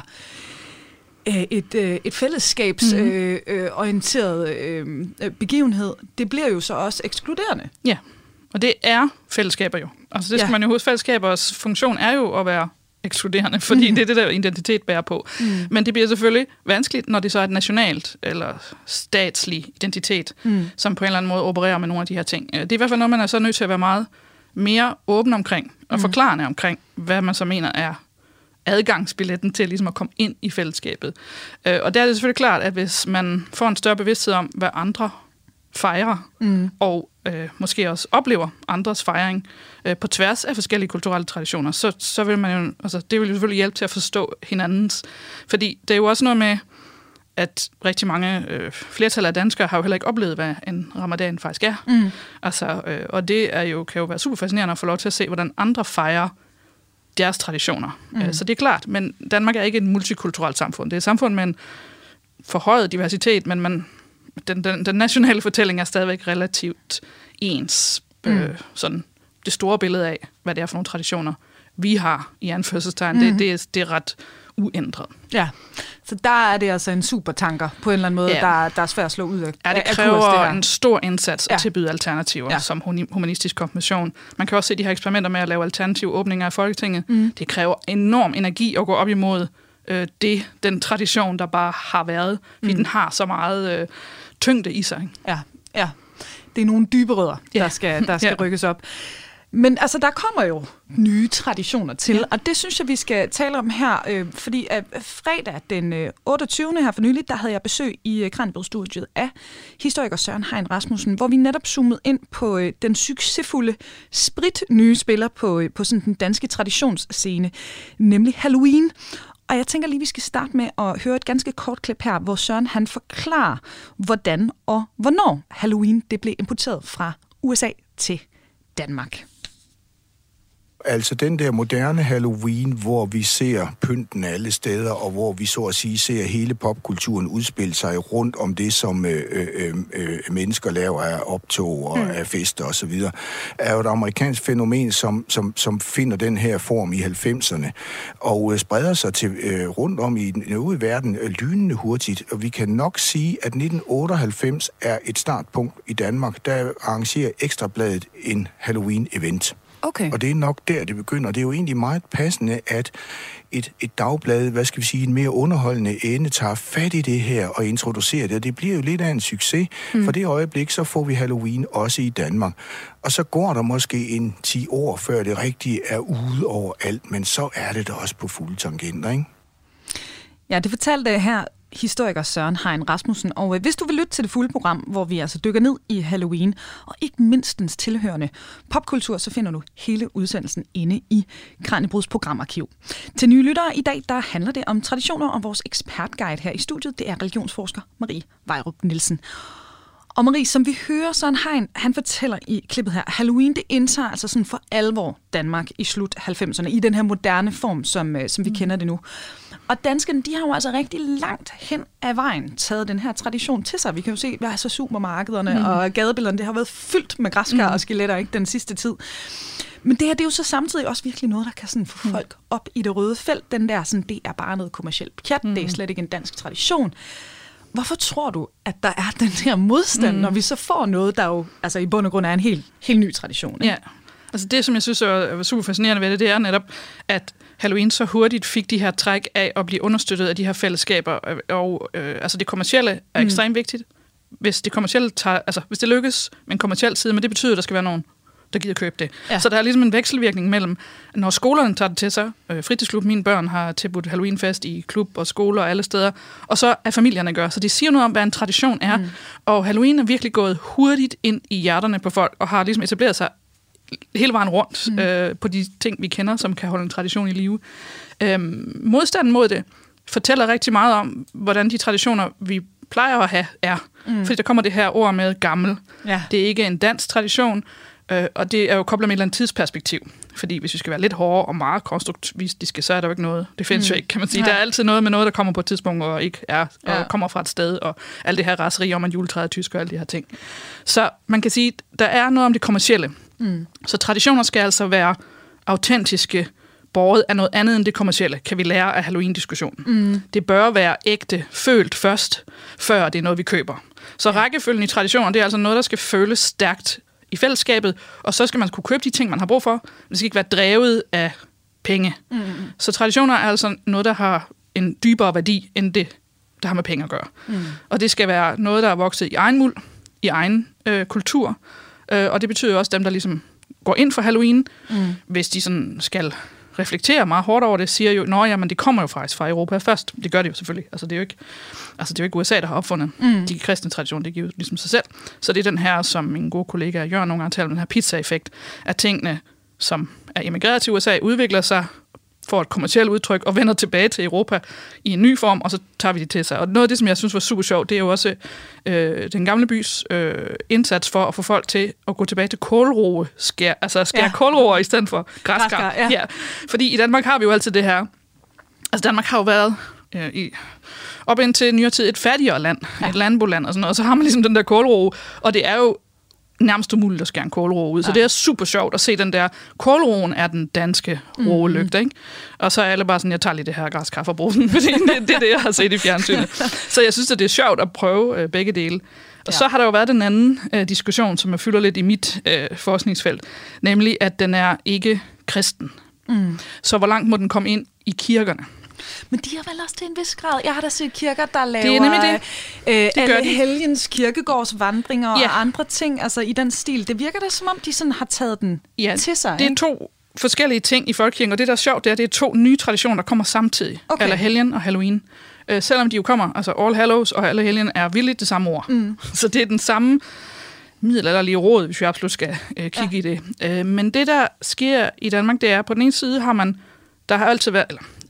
et, et fællesskabsorienteret mm-hmm. øh, begivenhed, det bliver jo så også ekskluderende. Ja, og det er fællesskaber jo. Altså det skal ja. man jo huske, fællesskabers funktion er jo at være ekskluderende, fordi mm. det er det, der identitet bærer på. Mm. Men det bliver selvfølgelig vanskeligt, når det så er et nationalt eller statslig identitet, mm. som på en eller anden måde opererer med nogle af de her ting. Det er i hvert fald noget, man er så nødt til at være meget mere åben omkring, og mm. forklarende omkring, hvad man så mener er adgangsbilletten til ligesom at komme ind i fællesskabet. Og der er det selvfølgelig klart, at hvis man får en større bevidsthed om, hvad andre fejrer, mm. og øh, måske også oplever andres fejring øh, på tværs af forskellige kulturelle traditioner, så, så vil man jo, altså det vil jo selvfølgelig hjælpe til at forstå hinandens. Fordi det er jo også noget med, at rigtig mange øh, flertal af danskere har jo heller ikke oplevet, hvad en ramadan faktisk er. Mm. Altså, øh, og det er jo, kan jo være super fascinerende at få lov til at se, hvordan andre fejrer deres traditioner. Mm. Øh, så det er klart, men Danmark er ikke et multikulturelt samfund. Det er et samfund med en forhøjet diversitet, men man Den, den, den nationale fortælling er stadigvæk relativt ens. Mm. Øh, sådan det store billede af, hvad det er for nogle traditioner, vi har i anførselstegn, mm. det, det, er, det er ret uændret. Ja, så der er det altså en supertanker på en eller anden måde, ja. der, der er svært at slå ud af. Ja, det kræver af kurs, det en stor indsats ja. at tilbyde alternativer ja. som humanistisk konfirmation. Man kan også se de her eksperimenter med at lave alternative åbninger af Folketinget. Mm. Det kræver enorm energi at gå op imod øh, det, den tradition, der bare har været, fordi mm. den har så meget øh, tyngde i sig. Ja, ja. Det er nogle dybe rødder, ja. der skal, der skal ja. rykkes op. Men altså, der kommer jo nye traditioner til, ja. og det synes jeg, vi skal tale om her, øh, fordi øh, fredag den øh, otteogtyvende her for nylig, der havde jeg besøg i øh, Kraniebrud-studiet af historiker Søren Hein Rasmussen, hvor vi netop zoomede ind på øh, den succesfulde sprit nye spiller på, øh, på sådan den danske traditionsscene, nemlig Halloween. Og jeg tænker lige, vi skal starte med at høre et ganske kort klip her, hvor Søren han forklarer, hvordan og hvornår Halloween det blev importeret fra U S A til Danmark. Altså den der moderne Halloween, hvor vi ser pynten alle steder, og hvor vi så at sige ser hele popkulturen udspille sig rundt om det, som øh, øh, øh, mennesker laver af optog og mm. af fester osv., er jo et amerikansk fænomen, som, som, som finder den her form i halvfemserne, og øh, spreder sig til øh, rundt om i den øvrige verden øh, lynende hurtigt. Og vi kan nok sige, at nitten otteoghalvfems er et startpunkt i Danmark, der arrangerer Ekstrabladet en Halloween-event. Okay. Og det er nok der, det begynder. Det er jo egentlig meget passende, at et, et dagblad, hvad skal vi sige, en mere underholdende ende, tager fat i det her og introducerer det. Og det bliver jo lidt af en succes. Mm. For det øjeblik, så får vi Halloween også i Danmark. Og så går der måske en ti år, før det rigtige er ude over alt. Men så er det da også på fulde tangenter, ikke? Ja, det fortalte her historiker Søren Hein Rasmussen, og hvis du vil lytte til det fulde program, hvor vi altså dykker ned i Halloween, og ikke mindst dens tilhørende popkultur, så finder du hele udsendelsen inde i Kranjebruds programarkiv. Til nye lyttere i dag, der handler det om traditioner, og vores ekspertguide her i studiet, det er religionsforsker Marie Vejrup Nielsen. Og Marie, som vi hører, Søren Hein, han fortæller i klippet her, Halloween, det indtager altså sådan for alvor Danmark i slut halvfemserne, i den her moderne form, som, som vi mm. kender det nu. Og danskerne, de har jo altså rigtig langt hen ad vejen taget den her tradition til sig. Vi kan jo se, at altså supermarkederne mm. og gadebillederne, det har været fyldt med græskar mm. og skeletter, ikke, den sidste tid. Men det her, det er jo så samtidig også virkelig noget, der kan sådan få folk op i det røde felt. Den der, sådan, det er bare noget kommercielt pjat, mm. det er slet ikke en dansk tradition. Hvorfor tror du, at der er den her modstand, mm. når vi så får noget, der jo altså i bund og grund er en helt, helt ny tradition? Ikke? Ja, altså det, som jeg synes er super fascinerende ved det, det er netop, at Halloween så hurtigt fik de her træk af at blive understøttet af de her fællesskaber, og øh, altså det kommercielle er mm. ekstremt vigtigt. Hvis det kommercielle tager, altså hvis det lykkes med en kommerciel side, men det betyder, at der skal være nogen, der gider købe det. Ja. Så der er ligesom en vekselvirkning mellem, når skolerne tager det til sig, øh, fritidsklub, mine børn har tilbudt Halloweenfest i klub og skoler og alle steder, og så er familierne gør. Så det siger noget om, hvad en tradition er. Mm. Og Halloween er virkelig gået hurtigt ind i hjerterne på folk, og har ligesom etableret sig hele vejen rundt mm. øh, på de ting, vi kender, som kan holde en tradition i live. Øhm, modstanden mod det fortæller rigtig meget om, hvordan de traditioner, vi plejer at have, er. Mm. Fordi der kommer det her ord med gammel. Ja. Det er ikke en dansk tradition, øh, og det er jo koblet med et eller andet tidsperspektiv. Fordi hvis vi skal være lidt hårdere og meget konstruktivistiske, så er der jo ikke noget. Det findes mm. jo ikke, kan man sige. Ja. Der er altid noget med noget, der kommer på et tidspunkt, og ikke er, og ja. kommer fra et sted, og alt det her raseri om, at juletræet er tysk og alle de her ting. Så man kan sige, der er noget om det kommercielle. Mm. Så traditioner skal altså være autentiske, båret af noget andet end det kommercielle, kan vi lære af Halloween-diskussionen. Mm. Det bør være ægte, følt først, før det er noget, vi køber. Så ja. rækkefølgen i traditioner, det er altså noget, der skal føles stærkt i fællesskabet, og så skal man kunne købe de ting, man har brug for. Det skal ikke være drevet af penge. Mm. Så traditioner er altså noget, der har en dybere værdi, end det, der har med penge at gøre. Mm. Og det skal være noget, der er vokset i egen muld, i egen øh, kultur, øh, og det betyder også, at dem, der ligesom går ind for Halloween, mm. hvis de sådan skal reflektere meget hårdt over det, siger jo, nå ja, men det kommer jo faktisk fra Europa først. Det gør det jo selvfølgelig. Altså det er jo ikke, altså det er jo ikke U S A, der har opfundet mm. de kristne traditioner, det giver jo ligesom sig selv. Så det er den her, som min gode kollega Jørgen nogle gange taler om, den her pizza-effekt, at tingene, som er emigreret til U S A, udvikler sig, får et kommercielt udtryk og vender tilbage til Europa i en ny form, og så tager vi det til sig. Og noget af det, som jeg synes var super sjovt, det er jo også øh, den gamle bys øh, indsats for at få folk til at gå tilbage til kålroe, skær, altså skære ja. kålroer i stedet for græskar. græskar ja. Ja. Fordi i Danmark har vi jo altid det her, altså Danmark har jo været øh, i op indtil nyere tid et fattigere land, ja. et landboland og sådan noget, og så har man ligesom den der kålroe, og det er jo nærmest umuligt at skære en kålroe ud. Så ja. det er super sjovt at se den der. Kålroen er den danske roelygte, ikke? Og så er alle bare sådan, jeg tager lige det her græskar og bruger den, fordi det, det er det, jeg har set i fjernsynet. Så jeg synes, at det er sjovt at prøve øh, begge dele. Og ja. så har der jo været den anden øh, diskussion, som jeg fylder lidt i mit øh, forskningsfelt, nemlig at den er ikke kristen. Mm. Så hvor langt må den komme ind i kirkerne? Men de har vel også til en vis grad. Jeg har da set kirker, der laver det er nemlig det. Øh, det alle de. helgens kirkegårdsvandringer ja. og andre ting, altså i den stil. Det virker da, som om de sådan har taget den ja, til sig. Det er to forskellige ting i folkekirken, og det, der er sjovt, det er, at det er to nye traditioner, der kommer samtidig. Okay. Eller helgen og Halloween. Øh, selvom de jo kommer, altså All Hallows og Alle Helgen er vildt det samme ord. Mm. Så det er den samme middelalderlige råd, hvis vi absolut skal øh, kigge ja. i det. Øh, men det, der sker i Danmark, det er, på den ene side har man, der har altid været, eller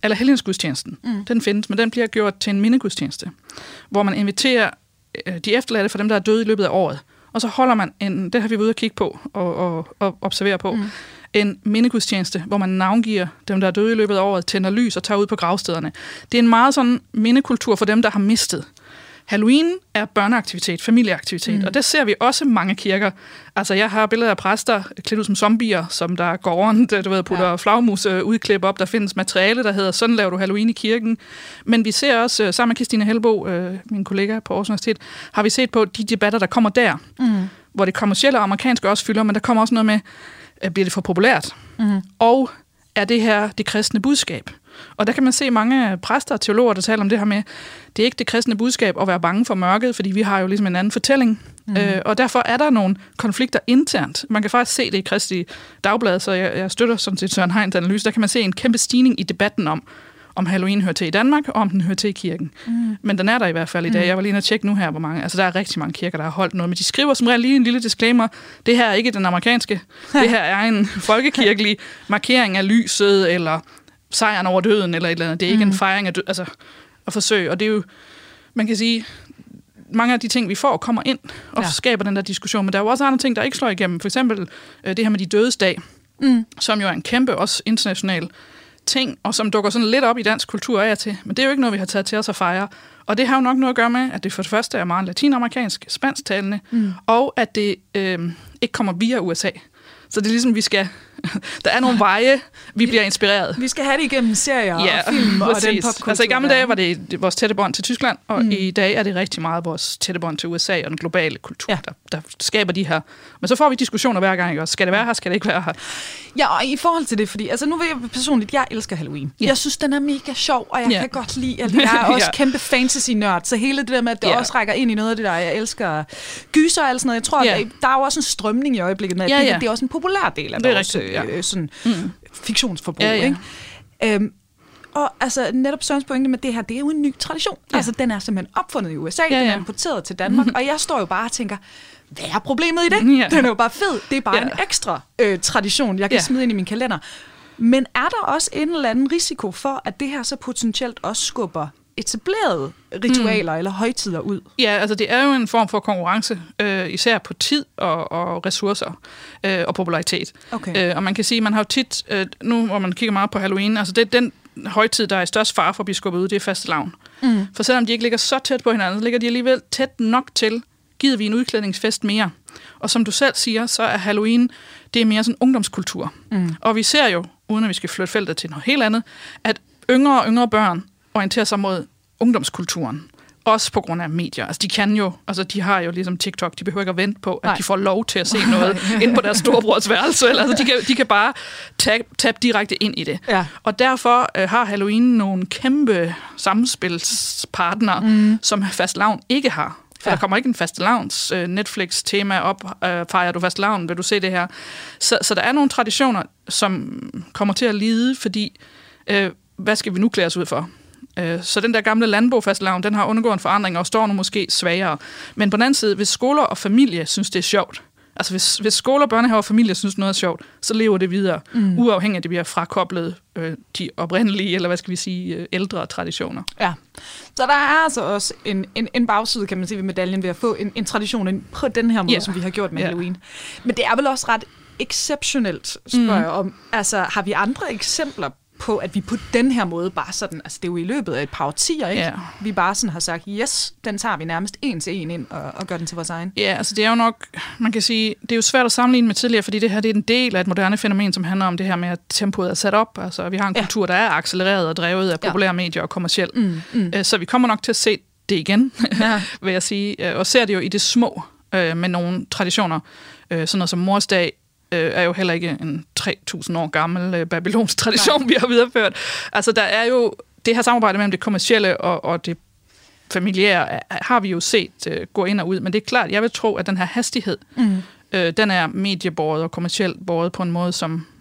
Allerhelgensgudstjenesten. Mm. Den findes, men den bliver gjort til en mindegudstjeneste, hvor man inviterer øh, de efterladte for dem, der er døde i løbet af året. Og så holder man en, det har vi været ude at kigge på og, og, og observere på, mm. en mindegudstjeneste, hvor man navngiver dem, der er døde i løbet af året, tænder lys og tager ud på gravstederne. Det er en meget sådan mindekultur for dem, der har mistet. Halloween er børneaktivitet, familieaktivitet, mm. og det ser vi også mange kirker. Altså, jeg har billeder af præster klædt ud som zombier, som der går rundt, du ved, putter ja. flagmus øh, udklip op. Der findes materiale, der hedder, sådan laver du Halloween i kirken. Men vi ser også, øh, sammen med Christine Hellbo, øh, min kollega på Aarhus Universitet, har vi set på de debatter, der kommer der, mm. hvor det kommercielle og amerikanske også fylder, men der kommer også noget med, øh, bliver det for populært? Mm. Og er det her det kristne budskab? Og der kan man se mange præster og teologer, der taler om det her med, det er ikke det kristne budskab at være bange for mørket, fordi vi har jo ligesom en anden fortælling. Mm. Øh, og derfor er der nogle konflikter internt. Man kan faktisk se det i Kristi Dagblad, så jeg, jeg støtter sådan set Søren Heins analyse. Der kan man se en kæmpe stigning i debatten om, om Halloween hører til i Danmark, og om den hører til i kirken. Mm. Men den er der i hvert fald i dag. Mm. Jeg var lige inde og tjekke nu her, hvor mange. Altså, der er rigtig mange kirker, der har holdt noget. Men de skriver som regel lige en lille disclaimer. Det her er ikke den amerikanske. Det her er en folkekirkelig markering af lyset, eller sejren over døden, eller et eller andet. Det er ikke mm. en fejring af død, altså at forsøge. Og det er jo, man kan sige, mange af de ting, vi får, kommer ind og ja. skaber den der diskussion. Men der er jo også andre ting, der ikke slår igennem. For eksempel øh, det her med de dødes dag, mm. som jo er en kæmpe, også international ting, og som dukker sådan lidt op i dansk kultur af og til. Men det er jo ikke noget, vi har taget til os at fejre. Og det har jo nok noget at gøre med, at det for det første er meget latinamerikansk, spansktalende, mm. og at det øh, ikke kommer via U S A. Så det er ligesom, vi skal... Der er nogle veje, vi bliver inspireret. Vi skal have det igennem serier ja, og film og den popkultur. Altså i gamle dage var det vores tætte bånd til Tyskland, og mm. i dag er det rigtig meget vores tætte bånd til U S A og den globale kultur, ja. der, der skaber de her. Men så får vi diskussioner hver gang, ikke? Skal det være her, skal det ikke være her? Ja, og i forhold til det, fordi altså nu vil jeg personligt, jeg elsker Halloween. Ja. Jeg synes, den er mega sjov, og jeg ja. kan godt lide, at jeg er også ja. kæmpe fantasy-nørd, så hele det der med, at det ja. også rækker ind i noget af det der, jeg elsker gyser og alt sådan noget. Jeg tror, ja. at der er jo også en strømning i øjeblikket med, at ja, ja. Det, det er også en populær del af det vores ja. sådan, mm. fiktionsforbrug, ja, ja. ikke? Øhm, og altså netop Sørens pointe med det her, det er jo en ny tradition. Ja. Altså den er simpelthen opfundet i U S A, ja, ja. Den er importeret til Danmark, og jeg står jo bare og tænker, hvad er problemet i det? Ja. Den er jo bare fed. Det er bare ja. en ekstra øh, tradition, jeg kan ja. smide ind i min kalender. Men er der også en eller anden risiko for, at det her så potentielt også skubber etablerede ritualer mm. eller højtider ud? Ja, altså det er jo en form for konkurrence, øh, især på tid og, og ressourcer øh, og popularitet. Okay. Øh, og man kan sige, man har jo tit, øh, nu hvor man kigger meget på Halloween, altså det er den højtid, der er i størst fare for at blive skubbet ud, det er fastelavn. Mm. For selvom de ikke ligger så tæt på hinanden, så ligger de alligevel tæt nok til, giver vi en udklædningsfest mere. Og som du selv siger, så er Halloween, det er mere sådan ungdomskultur. Mm. Og vi ser jo, uden at vi skal flytte feltet til noget helt andet, at yngre og yngre børn orienterer sig mod ungdomskulturen. Også på grund af medier. Altså, de kan jo, altså, de har jo ligesom TikTok, de behøver ikke at vente på, at Nej. de får lov til at se noget inde på deres storebrors værelse. Altså, de kan, de kan bare tab, tab direkte ind i det. Ja. Og derfor øh, har Halloween nogle kæmpe samspilspartnere, mm. som fastelavn ikke har. For ja. der kommer ikke en fastelavns øh, Netflix-tema op. Øh, fejrer du fastelavn, vil du se det her? Så, så der er nogle traditioner, som kommer til at lide, fordi øh, hvad skal vi nu klæde os ud for? Så den der gamle landbofastelavn, den har undergået en forandring og står nu måske svagere. Men på den anden side, hvis skoler og familie synes, det er sjovt, altså hvis, hvis skoler, børnehaver og familie synes noget er sjovt, så lever det videre, mm. uafhængigt af, at det bliver frakoblet øh, de oprindelige, eller hvad skal vi sige, ældre traditioner. Ja, så der er altså også en, en, en bagside, kan man sige, ved medaljen ved at få en, en tradition på den her måde, yeah. som vi har gjort med yeah. Halloween. Men det er vel også ret exceptionelt, spørger jeg mm. om. Altså, har vi andre eksempler på, at vi på den her måde bare sådan, altså det er jo i løbet af et par årtier, ikke? Yeah. Vi bare sådan har sagt, yes, den tager vi nærmest en til en ind og, og gør den til vores egen. Ja, yeah, altså det er jo nok, man kan sige, det er jo svært at sammenligne med tidligere, fordi det her det er en del af et moderne fænomen, som handler om det her med, at tempoet er sat op. Altså vi har en kultur, yeah. der er accelereret og drevet af populære yeah. medier og kommerciel. Mm, mm. Så vi kommer nok til at se det igen, ja. vil jeg sige. Og ser det jo i det små med nogle traditioner, sådan noget som Mors Dag, er jo heller ikke en tre tusind år gammel øh, babylonsk tradition, Nej. vi har videreført. Altså, der er jo det her samarbejde mellem det kommercielle og, og det familiære, har vi jo set øh, gå ind og ud. Men det er klart, jeg vil tro, at den her hastighed, mm. øh, den er mediebåret og kommercielt båret på en måde, som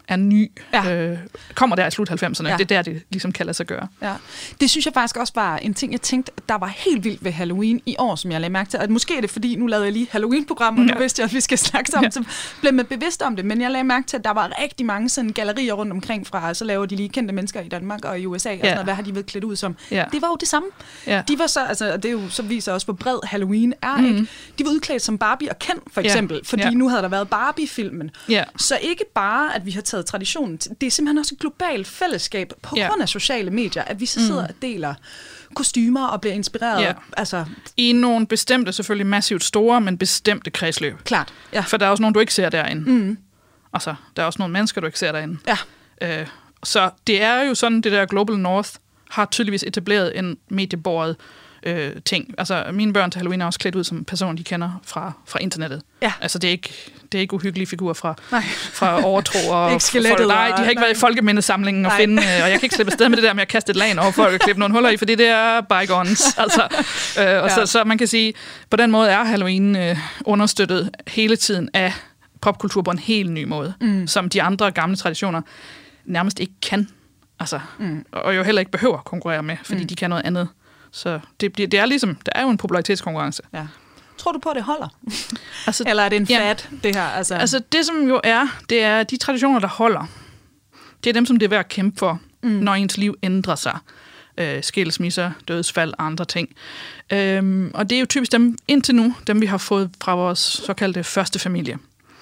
er ny. Ja. Øh, kommer der i slut halvfemserne. Ja. Det er der, det ligesom kan lade sig gøre. Ja. Det synes jeg faktisk også var en ting, jeg tænkte, der var helt vildt ved Halloween i år, som jeg lagde mærke til. At måske er det, fordi nu lavede jeg lige Halloween-program, og nu Ja. vidste jeg, at vi skal snakke sammen, Ja. så blev man bevidst om det. Men jeg lagde mærke til, at der var rigtig mange sådan gallerier rundt omkring fra, så laver de lige kendte mennesker i Danmark og i U S A, og Ja. sådan noget. Hvad har de været klædt ud som? Ja. Det var jo det samme. Ja. De var så, altså, og det er jo, så viser også, hvor bred Halloween er, Mhm. ikke? De var udklædt som Barbie og Ken, for Ja. eksempel, fordi Ja. nu havde der været Barbie-filmen. Ja. Så ikke bare, at vi har taget traditionen, til- det er simpelthen også et globalt fællesskab på Ja. grund af sociale medier, at vi så sidder og deler kostymer og bliver inspireret. Ja. Altså, I nogle bestemte, selvfølgelig massivt store, men bestemte kredsløb. klart. Ja. For der er også nogen, du ikke ser derinde. Mm. Altså, der er også nogle mennesker, du ikke ser derinde. Ja. Øh, så det er jo sådan, det der Global North har tydeligvis etableret en mediebordet øh, ting. Altså, mine børn til Halloween er også klædt ud som personer, de kender fra, fra internettet. Ja. Altså, det er ikke, det er ikke uhyggelige figurer fra, Nej. fra overtro. Og Ikke skelettet folk, nej, de har og- ikke været i folkemindesamlingen og Nej. finde, øh, og jeg kan ikke slippe afsted med det der med at kaste et lagen over folk og klippe nogle huller i, fordi det er bygones. Altså, øh, og Ja. så, så man kan sige, på den måde er Halloween øh, understøttet hele tiden af popkultur på en helt ny måde, mm. som de andre gamle traditioner nærmest ikke kan. Altså, mm. og jo heller ikke behøver at konkurrere med, fordi mm. de kan noget andet. Så det, bliver, det er ligesom, der er jo en popularitetskonkurrence. Ja. Tror du på, at det holder? Altså, Eller er det en ja. fad, det her? Altså, Altså det, som jo er, det er de traditioner, der holder. Det er dem, som det er værd at kæmpe for, mm. når ens liv ændrer sig. Øh, skilsmisser, dødsfald og andre ting. Øhm, og det er jo typisk dem, indtil nu, dem vi har fået fra vores såkaldte første familie.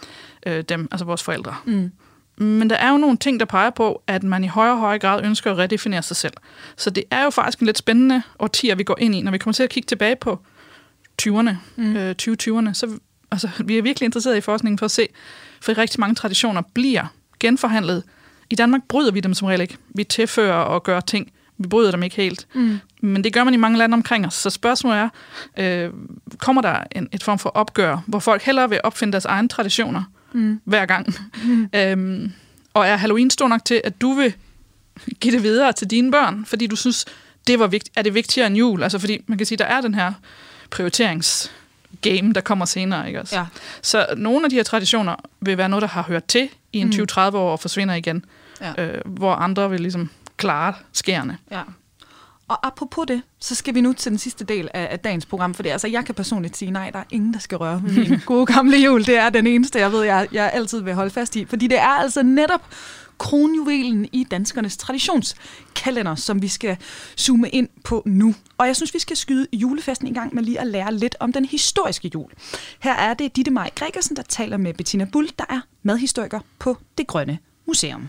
Øh, dem, altså vores forældre. Mm. Men der er jo nogle ting, der peger på, at man i højere og højere grad ønsker at redefinere sig selv. Så det er jo faktisk en lidt spændende årtier, vi går ind i, når vi kommer til at kigge tilbage på tyverne, mm. øh, tyve tyverne. Så altså, vi er virkelig interesserede i forskningen for at se, for rigtig mange traditioner bliver genforhandlet. I Danmark bryder vi dem som regel ikke. Vi tilfører og gør ting. Vi bryder dem ikke helt. Mm. Men det gør man i mange lande omkring os. Så spørgsmålet er, øh, kommer der en, et form for opgør, hvor folk hellere vil opfinde deres egne traditioner mm. hver gang? Mm. Øhm, og er Halloween stor nok til, at du vil give det videre til dine børn, fordi du synes, det var vigtigt, er det vigtigere end jul? Altså fordi man kan sige, der er den her prioriteringsgame, der kommer senere. Ikke også? Ja. Så nogle af de her traditioner vil være noget, der har hørt til i en tyve til tredive år og forsvinder igen, Ja. øh, hvor andre vil ligesom klare skærene. Ja. Og apropos det, så skal vi nu til den sidste del af, af dagens program, for det, altså, jeg kan personligt sige, nej, der er ingen, der skal røre ved min gode gamle jul. Det er den eneste, jeg ved, jeg, jeg altid vil holde fast i, fordi det er altså netop kronjuvelen i danskernes traditionskalender, som vi skal zoome ind på nu. Og jeg synes, vi skal skyde julefesten i gang med lige at lære lidt om den historiske jul. Her er det Ditte Maj Gregersen, der taler med Bettina Bull, der er madhistoriker på Det Grønne Museum.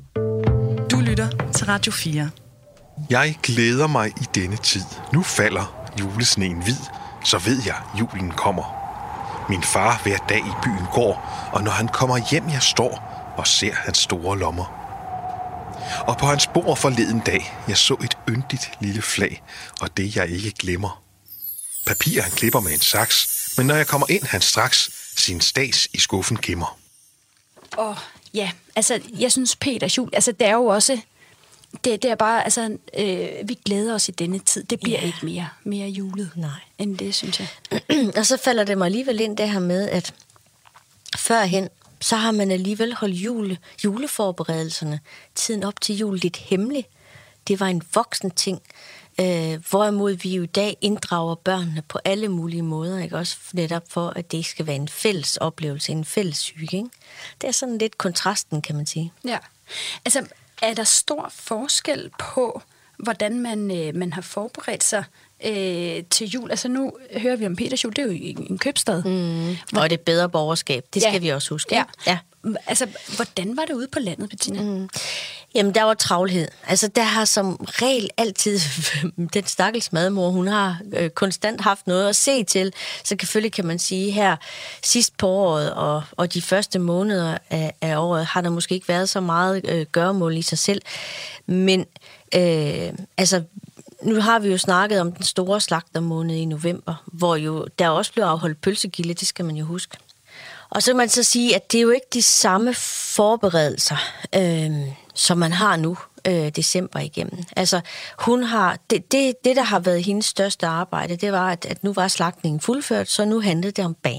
Du lytter til Radio fire. Jeg glæder mig i denne tid. Nu falder julesneen hvid, så ved jeg, julen kommer. Min far hver dag i byen går, og når han kommer hjem, jeg står og ser hans store lommer. Og på hans bord forleden dag, jeg så et yndigt lille flag, og det jeg ikke glemmer. Papir han klipper med en saks, men når jeg kommer ind, han straks sin stads i skuffen gemmer. Åh, oh, ja. Altså, jeg synes, Peters jul, altså, det er jo også... Det, det er bare, altså, øh, vi glæder os i denne tid. Det bliver Ja. ikke mere, mere julet. Nej. End det, synes jeg. Og så falder det mig alligevel ind det her med, at førhen, så har man alligevel holdt jule, juleforberedelserne, tiden op til jul, lidt hemmeligt. Det var en voksen ting, øh, hvorimod vi jo i dag inddrager børnene på alle mulige måder, ikke? Også netop for, at det skal være en fælles oplevelse, en fælles psyke, ikke? Det er sådan lidt kontrasten, kan man sige. Ja. Altså, er der stor forskel på, hvordan man, øh, man har forberedt sig øh, til jul? Altså, nu hører vi om Peters jul, det er jo en, en købstad. Mm. Og det bedre borgerskab, det skal Ja. vi også huske. Ja. Ja. Altså, hvordan var det ude på landet, Bettina? Mm. Jamen, der var travlhed. Altså, der har som regel altid den stakkels madmor, hun har øh, konstant haft noget at se til. Så selvfølgelig kan man sige, her sidst på året og, og de første måneder af, af året, har der måske ikke været så meget øh, gøremål i sig selv. Men øh, altså, nu har vi jo snakket om den store slagtermåned i november, hvor jo der også blev afholdt pølsegilde, det skal man jo huske. Og så kan man så sige, at det er jo ikke de samme forberedelser, øh, som man har nu, øh, december igennem. Altså, hun har, det, det, det, der har været hendes største arbejde, det var, at, at nu var slagtningen fuldført, så nu handlede det om bagning.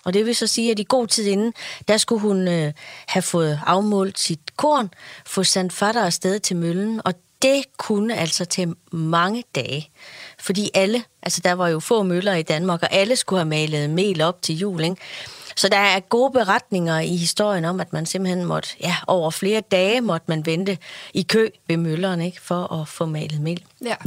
Og det vil så sige, at i god tid inden, der skulle hun øh, have fået afmålt sit korn, få sendt fatter afsted til møllen, og det kunne altså til mange dage. Fordi alle, altså der var jo få møller i Danmark, og alle skulle have malet mel op til jul, ikke? Så der er gode beretninger i historien om, at man simpelthen måtte, ja, over flere dage måtte man vente i kø ved møllerne, ikke, for at få malet mel. Ja.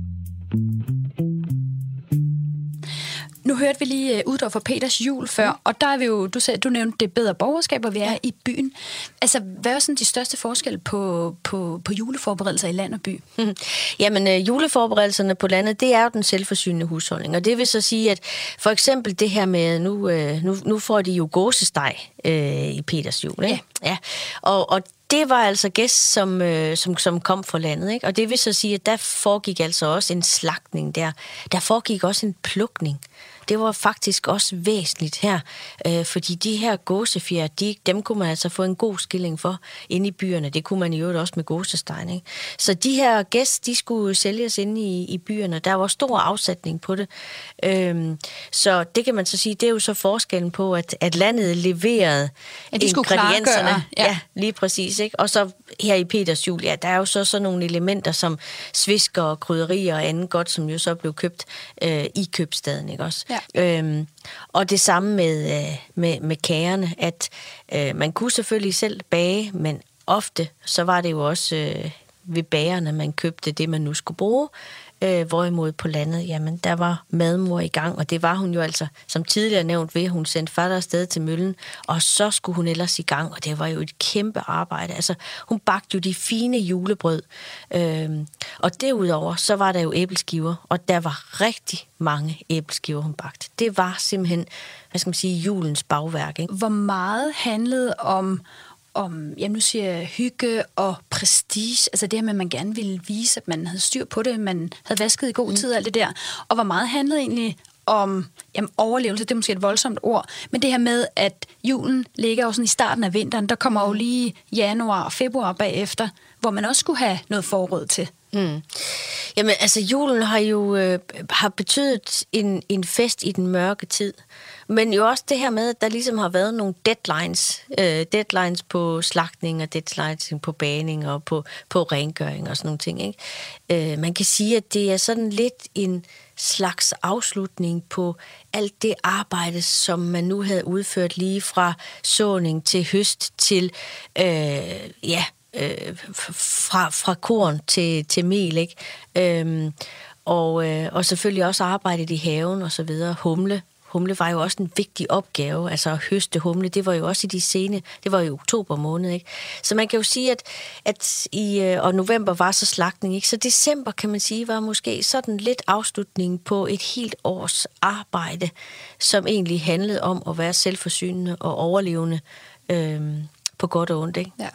Nu hørte vi lige uh, Uddorf og Peters jul før, mm. og der er vi jo, du sagde, du nævnte det bedre borgerskab, hvor vi er ja. i byen. Altså, hvad er sådan de største forskelle på, på, på juleforberedelser i land og by? Mm. Jamen, øh, juleforberedelserne på landet, det er jo den selvforsynende husholdning, og det vil så sige, at for eksempel det her med, nu, øh, nu, nu får de jo gåsesteg øh, i Peters jul, ikke? Ja. ja. Og, og det var altså gæst, som, øh, som, som kom fra landet, ikke? Og det vil så sige, at der foregik altså også en slagtning der. Der foregik også en plukning. Det var faktisk også væsentligt her, øh, fordi de her gåsefjer, de, dem kunne man altså få en god skilling for inde i byerne. Det kunne man i øvrigt også med gåsestegen, ikke? Så de her gæst, de skulle sælges inde i, i byerne. Der var stor afsætning på det. Øhm, så det kan man så sige, det er jo så forskellen på, at, at landet leverede ja, de ingredienserne. Ja. ja, lige præcis, ikke? Og så her i Peters jul, ja, der er jo så sådan nogle elementer som svisker og krydderier og andet godt, som jo så blev købt øh, i købstaden, ikke også? Ja. Øhm, og det samme med, øh, med, med kagerne, at øh, man kunne selvfølgelig selv bage, men ofte så var det jo også øh, ved bagerne, man købte det, man nu skulle bruge. Øh, hvorimod på landet, jamen, der var madmor i gang, og det var hun jo altså, som tidligere nævnt ved, hun sendte fatter afsted til møllen, og så skulle hun ellers i gang, og det var jo et kæmpe arbejde. Altså, hun bagte jo de fine julebrød, øh, og derudover, så var der jo æbleskiver, og der var rigtig mange æbleskiver, hun bagte. Det var simpelthen, hvad skal man sige, julens bagværk, ikke? Hvor meget handlede om om, jamen nu siger jeg, hygge og prestige, altså det her med, at man gerne ville vise, at man havde styr på det, man havde vasket i god tid og alt det der, og hvor meget handlede egentlig om jamen, overlevelse, det er måske et voldsomt ord, men det her med, at julen ligger jo sådan i starten af vinteren, der kommer jo lige januar og februar bagefter, hvor man også skulle have noget forråd til. Mm. Jamen, altså julen har jo øh, har betydet en, en fest i den mørke tid, men jo også det her med, at der ligesom har været nogle deadlines, øh, deadlines på slagtning og deadlines på bagning og på, på rengøring og sådan nogle ting, ikke? Øh, man kan sige, at det er sådan lidt en slags afslutning på alt det arbejde, som man nu havde udført lige fra såning til høst til, øh, ja, øh, fra, fra korn til, til mel, ikke? Øh, og, øh, og selvfølgelig også arbejdet i haven og så videre, humle. Humle var jo også en vigtig opgave, altså at høste humle, det var jo også i de sene, det var jo i oktober måned, ikke? Så man kan jo sige, at, at i, og november var så slagtning, ikke? Så december, kan man sige, var måske sådan lidt afslutning på et helt års arbejde, som egentlig handlede om at være selvforsynende og overlevende øhm, på godt og ondt, ikke? Ja.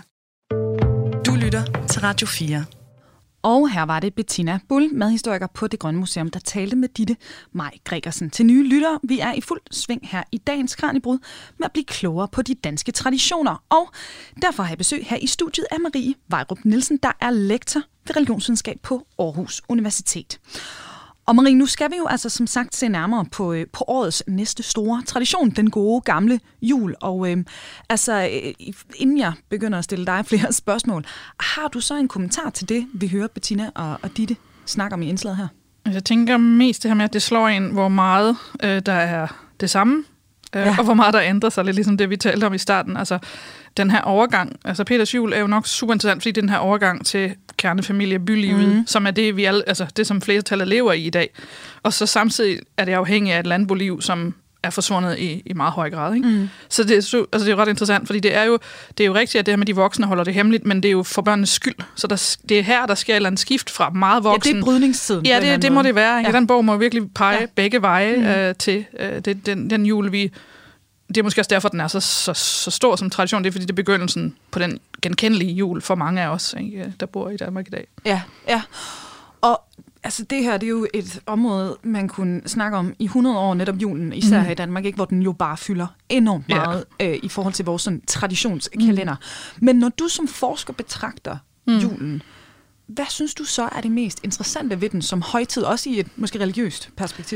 Du lytter til Radio fire. Og her var det Bettina Bull, madhistoriker på Det Grønne Museum, der talte med Ditte Maj Gregersen. Til nye lyttere, vi er i fuld sving her i dagens Kraniebrud med at blive klogere på de danske traditioner. Og derfor har jeg besøg her i studiet af Marie Vejrup Nielsen, der er lektor ved religionsvidenskab på Aarhus Universitet. Og Marie, nu skal vi jo altså som sagt se nærmere på, øh, på årets næste store tradition, den gode gamle jul. Og øh, altså, øh, inden jeg begynder at stille dig flere spørgsmål, har du så en kommentar til det, vi hører Bettina og, og Ditte snakke om i indslaget her? Jeg tænker mest det her med, at det slår ind, hvor meget øh, der er det samme, øh, ja. og hvor meget der ændrer sig, lidt ligesom det, vi talte om i starten. Altså, den her overgang, altså Peters jul er jo nok super interessant, fordi det er den her overgang til kernefamilie, bylivet, mm. som er det, vi alle, altså det, som flertallet lever i i dag. Og så samtidig er det afhængigt af et landboliv, som er forsvundet i, i meget høj grad. Ikke? Mm. Så det er, altså det er jo ret interessant, fordi det er, jo, det er jo rigtigt, at det her med de voksne holder det hemmeligt, men det er jo for børnenes skyld. Så der, det er her, der sker et eller andet skift fra meget voksen. Ja, det er brydningstiden. Ja, det, det må det være. Ja. Den bog må virkelig pege ja. begge veje mm. øh, til øh, det, den, den jul, vi... Det er måske også derfor, den er så, så, så stor som tradition. Det er, fordi det er begyndelsen på den genkendelige jul for mange af os, ikke, der bor i Danmark i dag. Ja, ja. Og altså, det her det er jo et område, man kunne snakke om i hundrede år, netop julen, især mm. her i Danmark, ikke, hvor den jo bare fylder enormt meget ja. øh, i forhold til vores sådan, traditionskalender. Mm. Men når du som forsker betragter mm. julen, hvad synes du så er det mest interessante ved den som højtid, også i et måske religiøst perspektiv jo?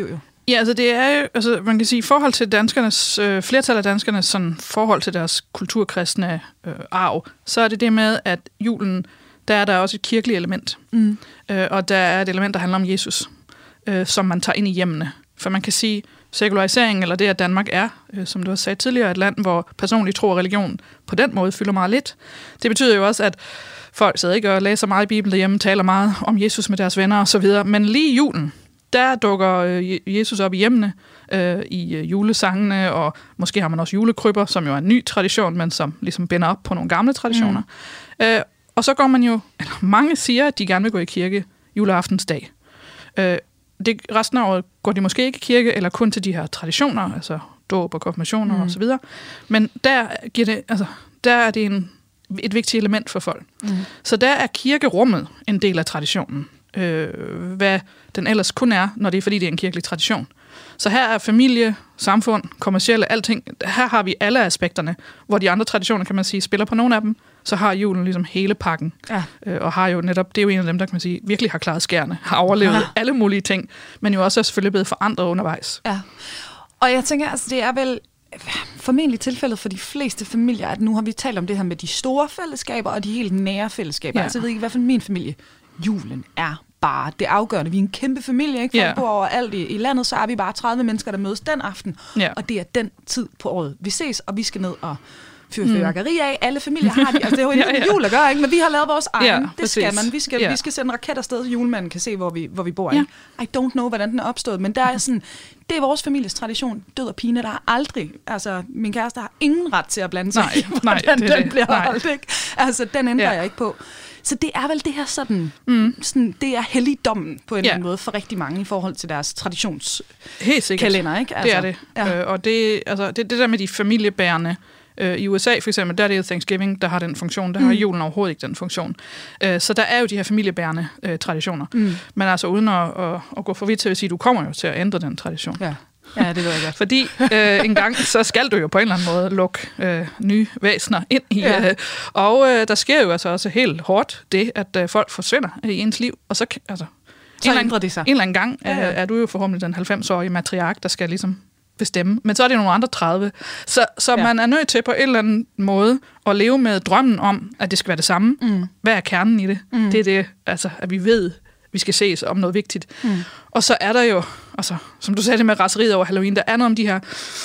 Ja, altså det er jo, altså man kan sige, i forhold til danskernes, øh, flertal af danskernes sådan, forhold til deres kulturkristne øh, arv, så er det det med, at julen, der er der også et kirkeligt element. Mm. Øh, og der er et element, der handler om Jesus, øh, som man tager ind i hjemmene. For man kan sige, sekularisering, eller det, at Danmark er, øh, som du har sagt tidligere, et land, hvor personlig tro og religion på den måde fylder meget lidt. Det betyder jo også, at folk sidder ikke og læser meget i Bibelen derhjemme, taler meget om Jesus med deres venner osv., men lige i julen, der dukker øh, Jesus op i hjemmene, øh, i øh, julesangene, og måske har man også julekrybber, som jo er en ny tradition, men som ligesom binder op på nogle gamle traditioner. Mm. Øh, og så går man jo, eller mange siger, at de gerne vil gå i kirke juleaftensdag. Øh, det, resten af året går de måske ikke i kirke, eller kun til de her traditioner, altså dåb og konfirmationer mm. og så videre. Men der, giver det, altså, der er det en, et vigtigt element for folk. Mm. Så der er kirkerummet en del af traditionen. Øh, hvad den ellers kun er, når det er fordi, det er en kirkelig tradition. Så her er familie, samfund, kommercielle, alting. Her har vi alle aspekterne, hvor de andre traditioner, kan man sige, spiller på nogle af dem. Så har julen ligesom hele pakken. Ja. Øh, og har jo netop, det er jo en af dem, der kan man sige, virkelig har klaret skærene, har overlevet ja. alle mulige ting, men jo også er selvfølgelig blevet forandret undervejs. Ja. Og jeg tænker, altså det er vel formentlig tilfældet for de fleste familier, at nu har vi talt om det her med de store fællesskaber og de helt nære fællesskaber. Ja. Altså jeg ved ikke, hvad for min familie. Julen er bare det afgørende. Vi er en kæmpe familie, ikke? For yeah. bor overalt i, i landet, så er vi bare tredive mennesker, der mødes den aften. Yeah. Og det er den tid på året, vi ses, og vi skal ned og fyre fyrværkeri af. Alle familier har de. Altså, det er jo en ja, ja. jul at gøre, ikke? Men vi har lavet vores egen. Ja, det præcis. skal man. Vi skal, ja. vi skal sende en raket afsted, så julemanden kan se, hvor vi, hvor vi bor. Ikke? Ja. I don't know, hvordan den er opstået, men der er sådan, det er vores families tradition. Død og pine, der har aldrig, altså min kæreste har ingen ret til at blande sig nej, i, hvordan nej, den det. bliver nej. holdt. Ikke? Altså, den ændrer ja. jeg ikke på. Så det er vel det her sådan, mm. sådan det er helligdommen på en ja. eller anden måde for rigtig mange i forhold til deres traditionskalender, ikke? Altså, det er det. Ja. Øh, og det, altså, det, det der med de familiebærende, øh, i U S A for eksempel, der er det Thanksgiving, der har den funktion, der mm. har julen overhovedet ikke den funktion. Øh, så der er jo de her familiebærende øh, traditioner. Mm. Men altså uden at, at, at gå for vidt til at sige, du kommer jo til at ændre den tradition. Ja. Ja, det ved jeg godt. Fordi øh, en gang, så skal du jo på en eller anden måde lukke øh, nye væsener ind i. Ja. Øh, og øh, der sker jo altså også helt hårdt det, at øh, folk forsvinder i ens liv. Og så, altså, så en, ændrer det sig. En eller anden gang ja, ja. Øh, er du jo forhåbentlig den halvfems-årige matriark, der skal ligesom bestemme. Men så er det nogle andre tredive. Så, så ja. man er nødt til på en eller anden måde at leve med drømmen om, at det skal være det samme. Mm. Hvad er kernen i det? Mm. Det er det, altså, at vi ved, vi skal ses om noget vigtigt. Mm. Og så er der jo, altså, som du sagde det med raseriet over Halloween, der er noget om de her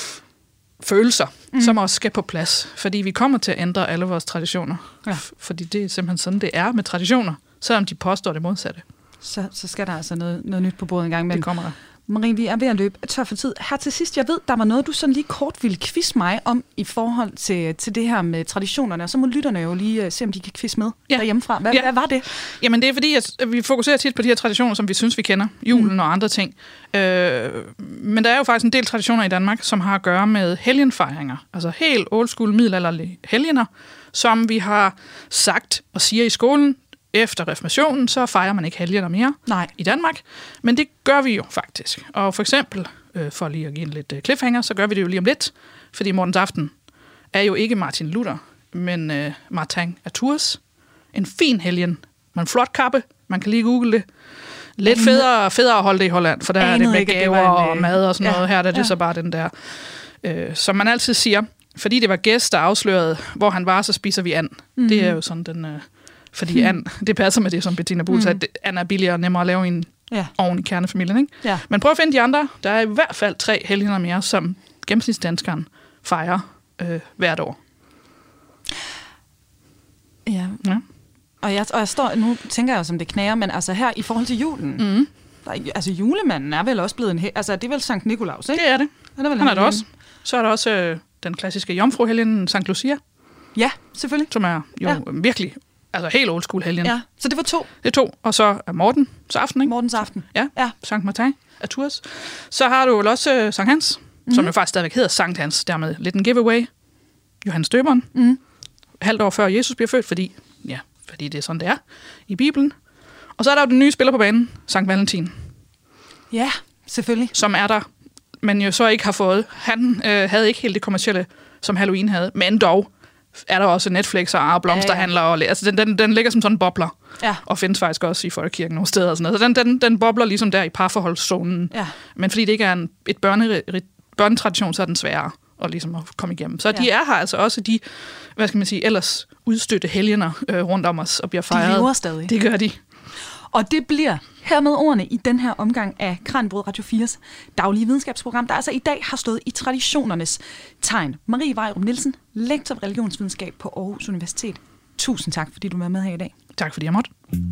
følelser, mm. som også skal på plads. Fordi vi kommer til at ændre alle vores traditioner. Ja. F- fordi det er simpelthen sådan, det er med traditioner, selvom de påstår det modsatte. Så, så skal der altså noget, noget nyt på bordet en gang. Men det kommer der. Marie, vi er ved at løbe tør for tid. Her til sidst, jeg ved, der var noget, du sådan lige kort ville quizze mig om i forhold til, til det her med traditionerne, og så må lytterne jo lige uh, se, om de kan quizze med ja. derhjemmefra. Hvad, ja. hvad var det? Jamen det er fordi, at vi fokuserer tit på de her traditioner, som vi synes, vi kender. Julen mm. og andre ting. Øh, men der er jo faktisk en del traditioner i Danmark, som har at gøre med helgenfejringer. Altså helt old school middelalderlige helgener, som vi har sagt og siger i skolen. Efter reformationen, så fejrer man ikke helgener mere Nej. i Danmark. Men det gør vi jo faktisk. Og for eksempel, øh, for lige at give en lidt øh, cliffhanger, så gør vi det jo lige om lidt. Fordi morgens aften er jo ikke Martin Luther, men øh, Martin af Tours. En fin helgen. Man flot kappe. Man kan lige google det. Lidt federe, federe at holde det i Holland, for der er det med gaver og mad og sådan ja. noget. Her der er det ja. så bare den der, øh, som man altid siger, fordi det var gæst, der afslørede, hvor han var, så spiser vi and. Mm. Det er jo sådan den... Øh, Fordi and, det passer med det, som Bettina Buhl sagde, mm. and er billigere og nemmere at lave i en ja. ovn i kernefamilien. Ikke? Ja. Men prøv at finde de andre. Der er i hvert fald tre helgener mere, som gennemsnitsdanskeren fejrer øh, hvert år. Ja. ja. Og, jeg, og jeg står, nu tænker jeg jo, som det knager, men altså her i forhold til julen, mm. der, altså julemanden er vel også blevet en... Altså det er vel Sankt Nikolaus, ikke? Det er det. Han er, vel Han er det også. Så er der også øh, den klassiske jomfruhelgen, Sankt Lucia. Ja, selvfølgelig. Som er jo ja. virkelig... Altså helt old school helgen. Ja, så det var to. Det er to. Og så er Mortens aften, ikke? Mortens aften. Ja, ja. Sankt Martin af Tours. Så har du jo også uh, Sankt Hans, mm-hmm. som jo faktisk stadigvæk hedder Sankt Hans. Dermed lidt en giveaway. Johannes Døberen. Mm. Halvt år før Jesus bliver født, fordi, ja, fordi det er sådan, det er i Bibelen. Og så er der jo den nye spiller på banen, Sankt Valentin. Ja, selvfølgelig. Som er der, men jo så ikke har fået. Han øh, havde ikke helt det kommercielle, som Halloween havde, men dog er der også Netflix og blomsterhandler. Og, altså, den, den, den ligger som sådan bobler. Ja. Og findes faktisk også i folkekirken nogle steder. Og sådan noget. Så den, den, den bobler ligesom der i parforholdszonen. Ja. Men fordi det ikke er en, et børne, børnetradition, så er den sværere at, ligesom at komme igennem. Så ja. De er her altså også de, hvad skal man sige, ellers udstødte helgener øh, rundt om os og bliver fejret. De lever stadig. Det gør de. Og det bliver hermed ordene i den her omgang af Kraniebrud Radio fires daglige videnskabsprogram, der altså i dag har stået i traditionernes tegn. Marie Vejrup Nielsen, lektor i religionsvidenskab på Aarhus Universitet. Tusind tak, fordi du var med her i dag. Tak fordi jeg måtte.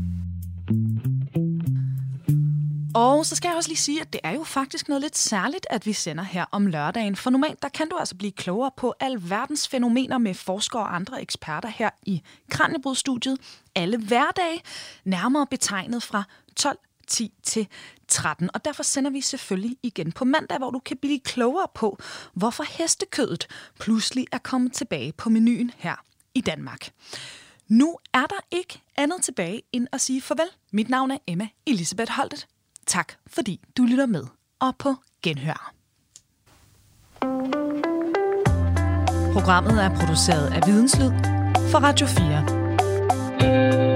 Og så skal jeg også lige sige, at det er jo faktisk noget lidt særligt, at vi sender her om lørdagen. For normalt, der kan du altså blive klogere på alverdens fænomener med forskere og andre eksperter her i Kraniebrud-studiet. Alle hverdage, nærmere betegnet fra tolv ti til tretten. Og derfor sender vi selvfølgelig igen på mandag, hvor du kan blive klogere på, hvorfor hestekødet pludselig er kommet tilbage på menuen her i Danmark. Nu er der ikke andet tilbage end at sige farvel. Mit navn er Emma Elisabeth Holtet. Tak, fordi du lytter med, og på genhør. Programmet er produceret af Videnslyd for Radio fire.